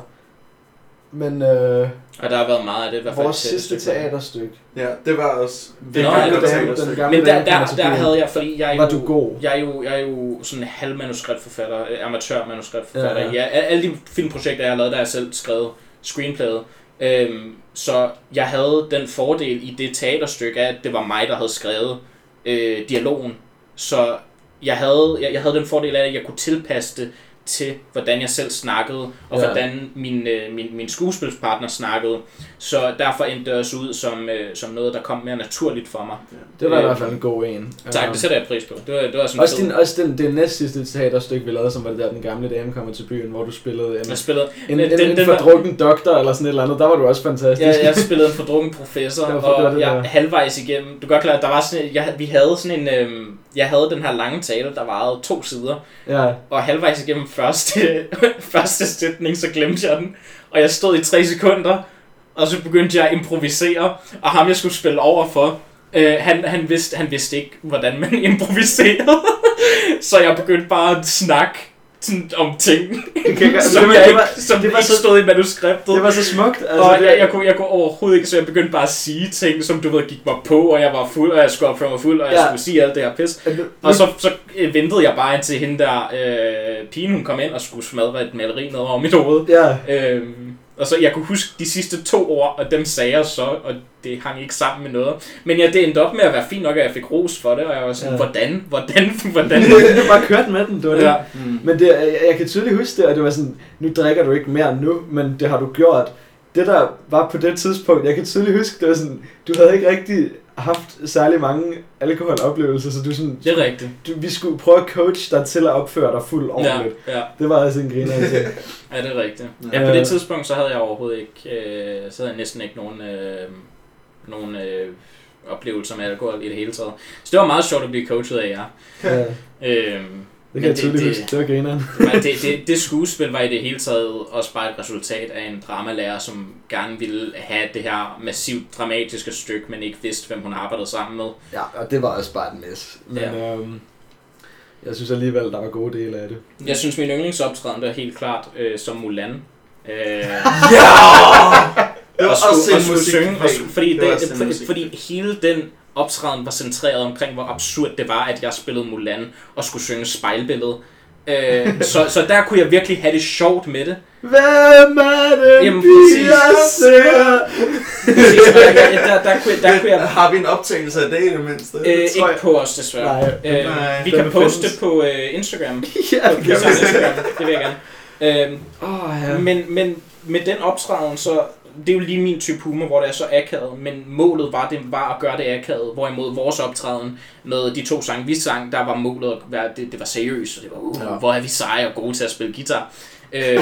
Men øh, og der har været meget af det. I hvert fald vores sidste teaterstykke. Ja, det var også. Det Nå, var det teaterstykke. Men der, der, der havde jeg, fordi jeg er jo, var du god? Jeg er jo, jeg er jo sådan en halv manuskriptforfatter, amatør manuskriptforfatter. Ja, ja. Ja, alle de filmprojekter, jeg har lavet, der har jeg selv skrevet screenplayet. Øhm, så jeg havde den fordel i det teaterstykke af, at det var mig, der havde skrevet øh, dialogen. Så jeg havde, jeg, jeg havde den fordel af, at jeg kunne tilpasse det til, hvordan jeg selv snakkede, og ja. hvordan min, øh, min, min skuespilspartner snakkede. Så derfor endte det også ud som, øh, som noget, der kom mere naturligt for mig. Det var øh, i hvert fald en god en. Tak, det sætter jeg pris på. Det var, det var sådan også, din, også den, det næst sidste teaterstykke, vi lavede, som var det der, Den gamle dame kommer til byen, hvor du spillede en, jeg spillede, en, den, en, den, en den fordrukken var, doktor, eller sådan et eller andet. Der var du også fantastisk. Ja, jeg spillede en fordrukken professor, for, og det jeg der. halvvejs igennem. Du kan godt klare, der var sådan, jeg, vi havde sådan en, øh, jeg havde den her lange tale, der varede to sider. Ja. Og halvvejs igennem første, første sætning, så glemte jeg den. Og jeg stod i tre sekunder, og så begyndte jeg at improvisere. Og ham, jeg skulle spille over for, øh, han, han, vidste, han vidste ikke, hvordan man improviserede. Så jeg begyndte bare at snakke om ting, okay, som, det var, jeg det ikke, var, som det var ikke så, stod i manuskriptet. Det var så smukt. Altså, og det, jeg, jeg, kunne, jeg kunne overhovedet ikke, så jeg begyndte bare at sige ting, som du ved gik mig på, og jeg var fuld, og jeg skulle opføre mig fuld, og jeg ja. skulle sige alt det her pis. Og så, så ventede jeg bare indtil hende der, øh, pigen hun kom ind og skulle smadre et maleri ned over mit hoved. Ja. Øhm, og så jeg kunne huske de sidste to ord, og dem sagde jeg så, og det hang ikke sammen med noget. Men ja, det endte op med at være fint nok, at jeg fik ros for det, og jeg var sådan, ja. hvordan, hvordan, hvordan? Du bare kørte med den, det var det. Ja. Mm. Men det, jeg, jeg kan tydeligt huske det, og det var sådan, nu drikker du ikke mere nu, men det har du gjort. Det der var på det tidspunkt, jeg kan tydeligt huske, det var sådan, du havde ikke rigtig haft særlig mange alkoholoplevelser, så du sådan... Det er rigtigt. Du, vi skulle prøve at coach dig til at opføre dig fuldt ordentligt. Ja, ja. Det var altså en griner. Ja, det er rigtigt. Ja, på det tidspunkt, så havde jeg overhovedet ikke, øh, så havde jeg næsten ikke nogen, øh, nogle øh, oplevelser med alkohol i det hele taget. Så det var meget sjovt at blive coachet af jer. Ja. Øhm, Det kan jeg tydeligt huske, det var grineren. det, det, det skuespil var i det hele taget også bare et resultat af en dramalærer, som gerne ville have det her massivt dramatiske stykke, men ikke vidste, hvem hun arbejdede sammen med. Ja, og det var også bare et mess. Men ja. øhm, jeg synes alligevel, der var gode dele af det. Jeg synes, min yndlingsoptræden der er helt klart øh, som Mulan. Øh, Ja! Det var og skulle, også og skulle synge, og skulle, fordi, det det, det, fordi, fordi hele den optræden var centreret omkring, hvor absurd det var, at jeg spillede Mulan og skulle synge spejlbillede. Øh, så, så der kunne jeg virkelig have det sjovt med det. Hvem er det, Jamen, vi jeg ser? Præcis, og jeg, jeg, der, der, kunne jeg, der kunne jeg... Har vi en optagelse af det i det mindste? Øh, ikke jeg. På os, desværre. Nej, øh, nej, vi kan poste findes. På øh, Instagram. Ja, på, på Instagram. Det vil jeg gerne. Øh, oh, ja. men, men med den optræden, så... Det er jo lige min type humor, hvor det er så akavet, men målet var, det var at gøre det akavet, hvorimod vores optræden med de to sange, vi sang, der var målet at være, det, det var seriøst, og det var, uh, ja. Hvor er vi seje og gode til at spille guitar. øh,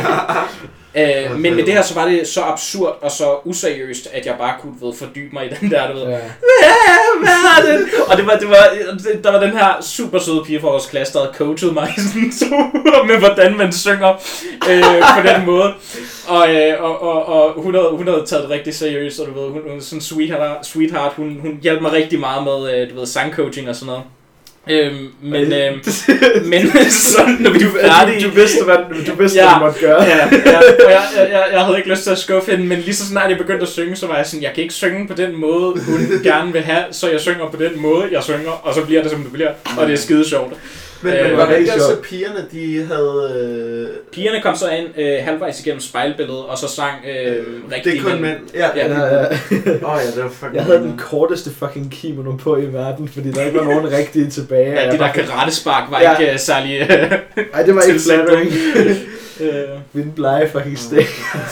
øh, men med det her, så var det så absurd og så useriøst, at jeg bare kunne ved, fordybe mig i den der, du ved, ja. Hvad er det? Og det var, det var, der var den her super søde pige fra vores klasse, der havde coachet mig i sådan to uger med, hvordan man synger øh, på den måde. Og, øh, og, og, og hun, havde, hun havde taget det rigtig seriøst, og du ved, hun, hun sådan sweetheart, sweetheart hun, hun hjalp mig rigtig meget med, øh, du ved, sangcoaching og sådan noget. Øhm, men, øhm, men så når vi er færdige... Du, du vidste, hvad du, vidste, ja, hvad du måtte gøre. Ja, ja, og jeg, jeg, jeg havde ikke lyst til at skuffe hende, men lige så snart jeg begyndte at synge, så var jeg sådan, jeg kan ikke synge på den måde, hun gerne vil have, så jeg synger på den måde, jeg synger, og så bliver det, som det bliver, og det er skide sjovt. Men, øh, men var det ikke også, at pigerne, de havde... Øh... Pigerne kom så ind øh, halvvejs igennem spejlbilledet, og så sang øh, rigtig Det er kun mænd. Ja, ja. ja, ja. Åh oh, ja, det var fucking... Jeg havde den korteste fucking kimono på i verden, fordi der ikke var nogen rigtige tilbage. Ja, det der karatespark var ja. ikke uh, særlig... Uh, Ej, det var ikke flattering. Min blege fucking stik.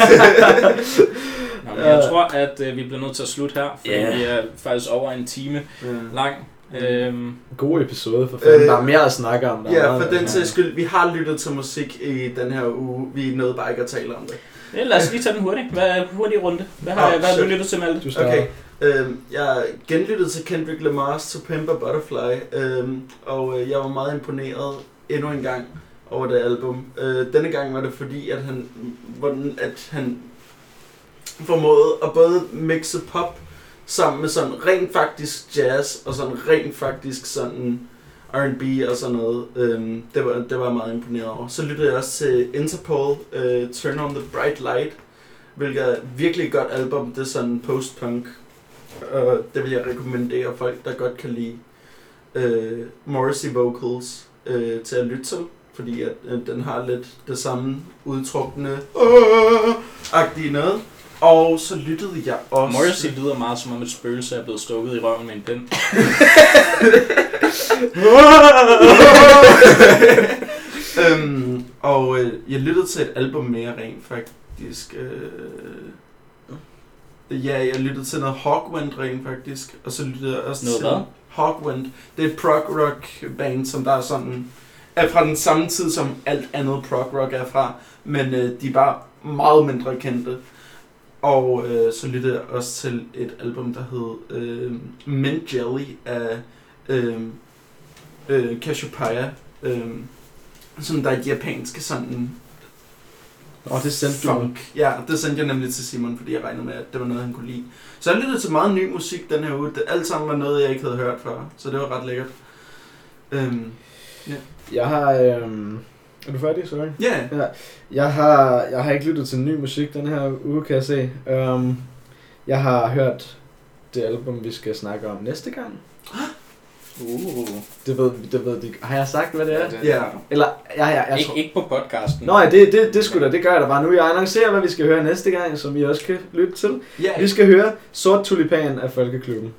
Nå, men jeg tror, at uh, vi bliver nødt til at slutte her, fordi yeah. vi er faktisk over en time yeah. lang. Øhm. God episode for fanden. Øh, der er mere at snakke om. Der ja, for den sags skyld. Vi har lyttet til musik i den her uge. Vi nåede bare ikke at tale om det. Ja, lad os lige tage den hurtigt. Hvad er hurtig runde? Hvad har, oh, hvad har du lyttet til, Malte? Okay. Øhm, jeg genlyttede til Kendrick Lamar's To Pimp a Butterfly. Øhm, og øh, jeg var meget imponeret endnu en gang over det album. Øh, denne gang var det fordi, at han, hvordan, at han formåede at både mixe pop sammen med sådan rent faktisk jazz og sådan rent faktisk sådan R and B og sådan noget. Øhm, det, var, det var jeg meget imponeret over. Så lyttede jeg også til Interpol, uh, Turn on the Bright Light, hvilket er et virkelig godt album. Det er sådan post-punk. Uh, det vil jeg rekommendere folk, der godt kan lide uh, Morrissey vocals uh, til at lytte til, fordi at, uh, den har lidt det samme udtrukne uh, agtige noget. Og så lyttede jeg også... Morrissey lyder meget som om et spøgelse er blevet stukket i røven med en pen. øhm, og øh, jeg lyttede til et album mere rent faktisk. Øh, ja, jeg lyttede til noget Hawkwind rent faktisk. Og så lyttede jeg også noget til... Hvad? Hawkwind. Det er et prog rock band, som der er sådan... er fra den samme tid, som alt andet prog rock er fra. Men øh, de er bare meget mindre kendte. Og øh, så lyttede jeg også til et album, der hed øh, Mint Jelly af øh, øh, Cassiopeia. Øh, sådan der er et japanske sådan... Åh, oh, det sendte du. Ja, det sendte jeg nemlig til Simon, fordi jeg regnede med, at det var noget, han kunne lide. Så jeg lyttede til meget ny musik den her uge. Det alt sammen var noget, jeg ikke havde hørt før, så det var ret lækkert. Øhm, ja. Jeg har... Øhm Er du færdig, sorry? Yeah. Ja. Jeg har jeg har ikke lyttet til ny musik den her uge, kan jeg se. Um, jeg har hørt det album, vi skal snakke om næste gang. Uh. Det ved, det ved de. Har jeg sagt, hvad det er? Ja. Yeah. Eller, ja, ja, jeg Ik- tror... ikke på podcasten. Nej, det, det, det skulle da, det gør jeg da bare nu. Jeg annoncerer, hvad vi skal høre næste gang, som I også kan lytte til. Yeah. Vi skal høre Sort Tulipan af Folkeklubben.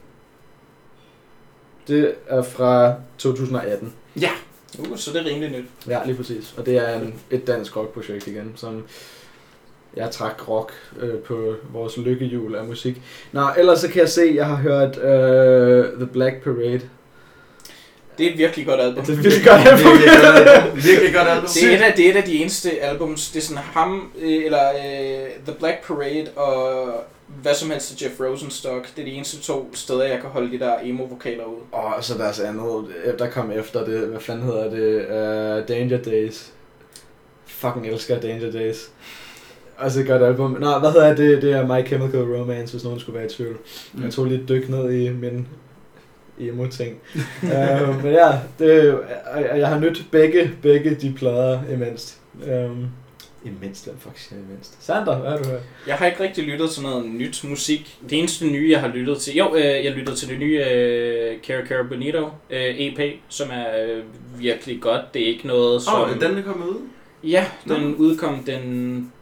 Det er fra to tusind og atten. Ja. Uh, så det er rimelig nyt. Ja, lige præcis. Og det er en, et dansk rockprojekt igen, som jeg trak rock øh, på vores lykkehjul af musik. Nå, ellers så kan jeg se, at jeg har hørt øh, The Black Parade. Det er et virkelig godt album. Det er virkelig godt album. Virkelig godt album. Det er, et af, det er et af de eneste albums, det er sådan ham, eller uh, The Black Parade og hvad som helst til Jeff Rosenstock. Det er de eneste to steder, jeg kan holde de der emo-vokaler ud. Og så deres andet, der kom efter det, hvad fanden hedder det, uh, Danger Days. Fucking elsker Danger Days. Altså et godt album. Nå, hvad hedder det? Det er My Chemical Romance, hvis nogen skulle være i tvivl. Mm. Jeg tog lidt dyk ned i min emo-ting. uh, men ja, det, jeg, jeg har nydt begge, begge de plader imens. Um, imens, hvad fuck siger jeg imens? Sander, hvad har du hørt? Jeg har ikke rigtig lyttet til noget nyt musik. Det eneste nye, jeg har lyttet til... Jo, øh, jeg lyttede til det nye øh, Cara Cara Bonito øh, E P, som er øh, virkelig godt. Det er ikke noget som... Åh, oh, den er kommet ud? Ja, den Nå. udkom den...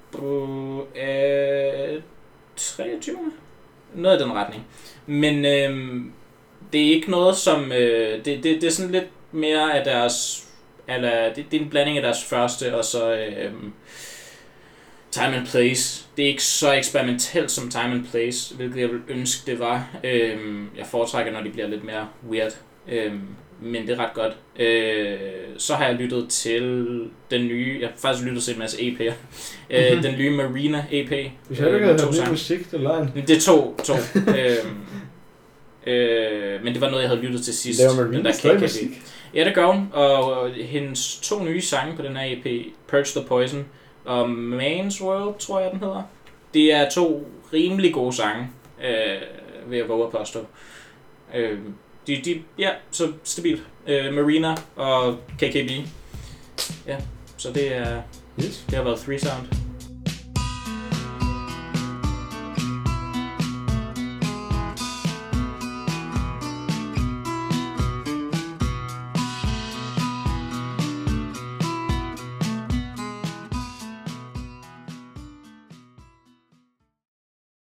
Øh, treogtyvende Noget af den retning. Men øh, det er ikke noget som... Øh, det, det, det er sådan lidt mere af deres... Eller, det, det er en blanding af deres første, og så... Øh, Time and Place. Det er ikke så eksperimentelt som Time and Place, hvilket jeg vil ønske, det var. Øhm, jeg foretrækker, når de bliver lidt mere weird. Øhm, men det er ret godt. Øh, så har jeg lyttet til den nye... Jeg har faktisk lyttet til en masse E P'er. Øh, den nye Marina E P. Hvis jeg ikke havde hørt musik, det er løgn. Det er to. to. øhm, øh, men det var noget, jeg havde lyttet til sidst. Det var Marina stadig musik. Ja, det gør hun. Og hendes to nye sange på den her E P, Purge the Poison og Man's World, tror jeg, den hedder. Det er to rimelig gode sange, øh, vil jeg våge at påstå. Øh, de, de, ja, så stabilt. Øh, Marina og K K B. Ja, så det er... Yes. Det har været Three Sound.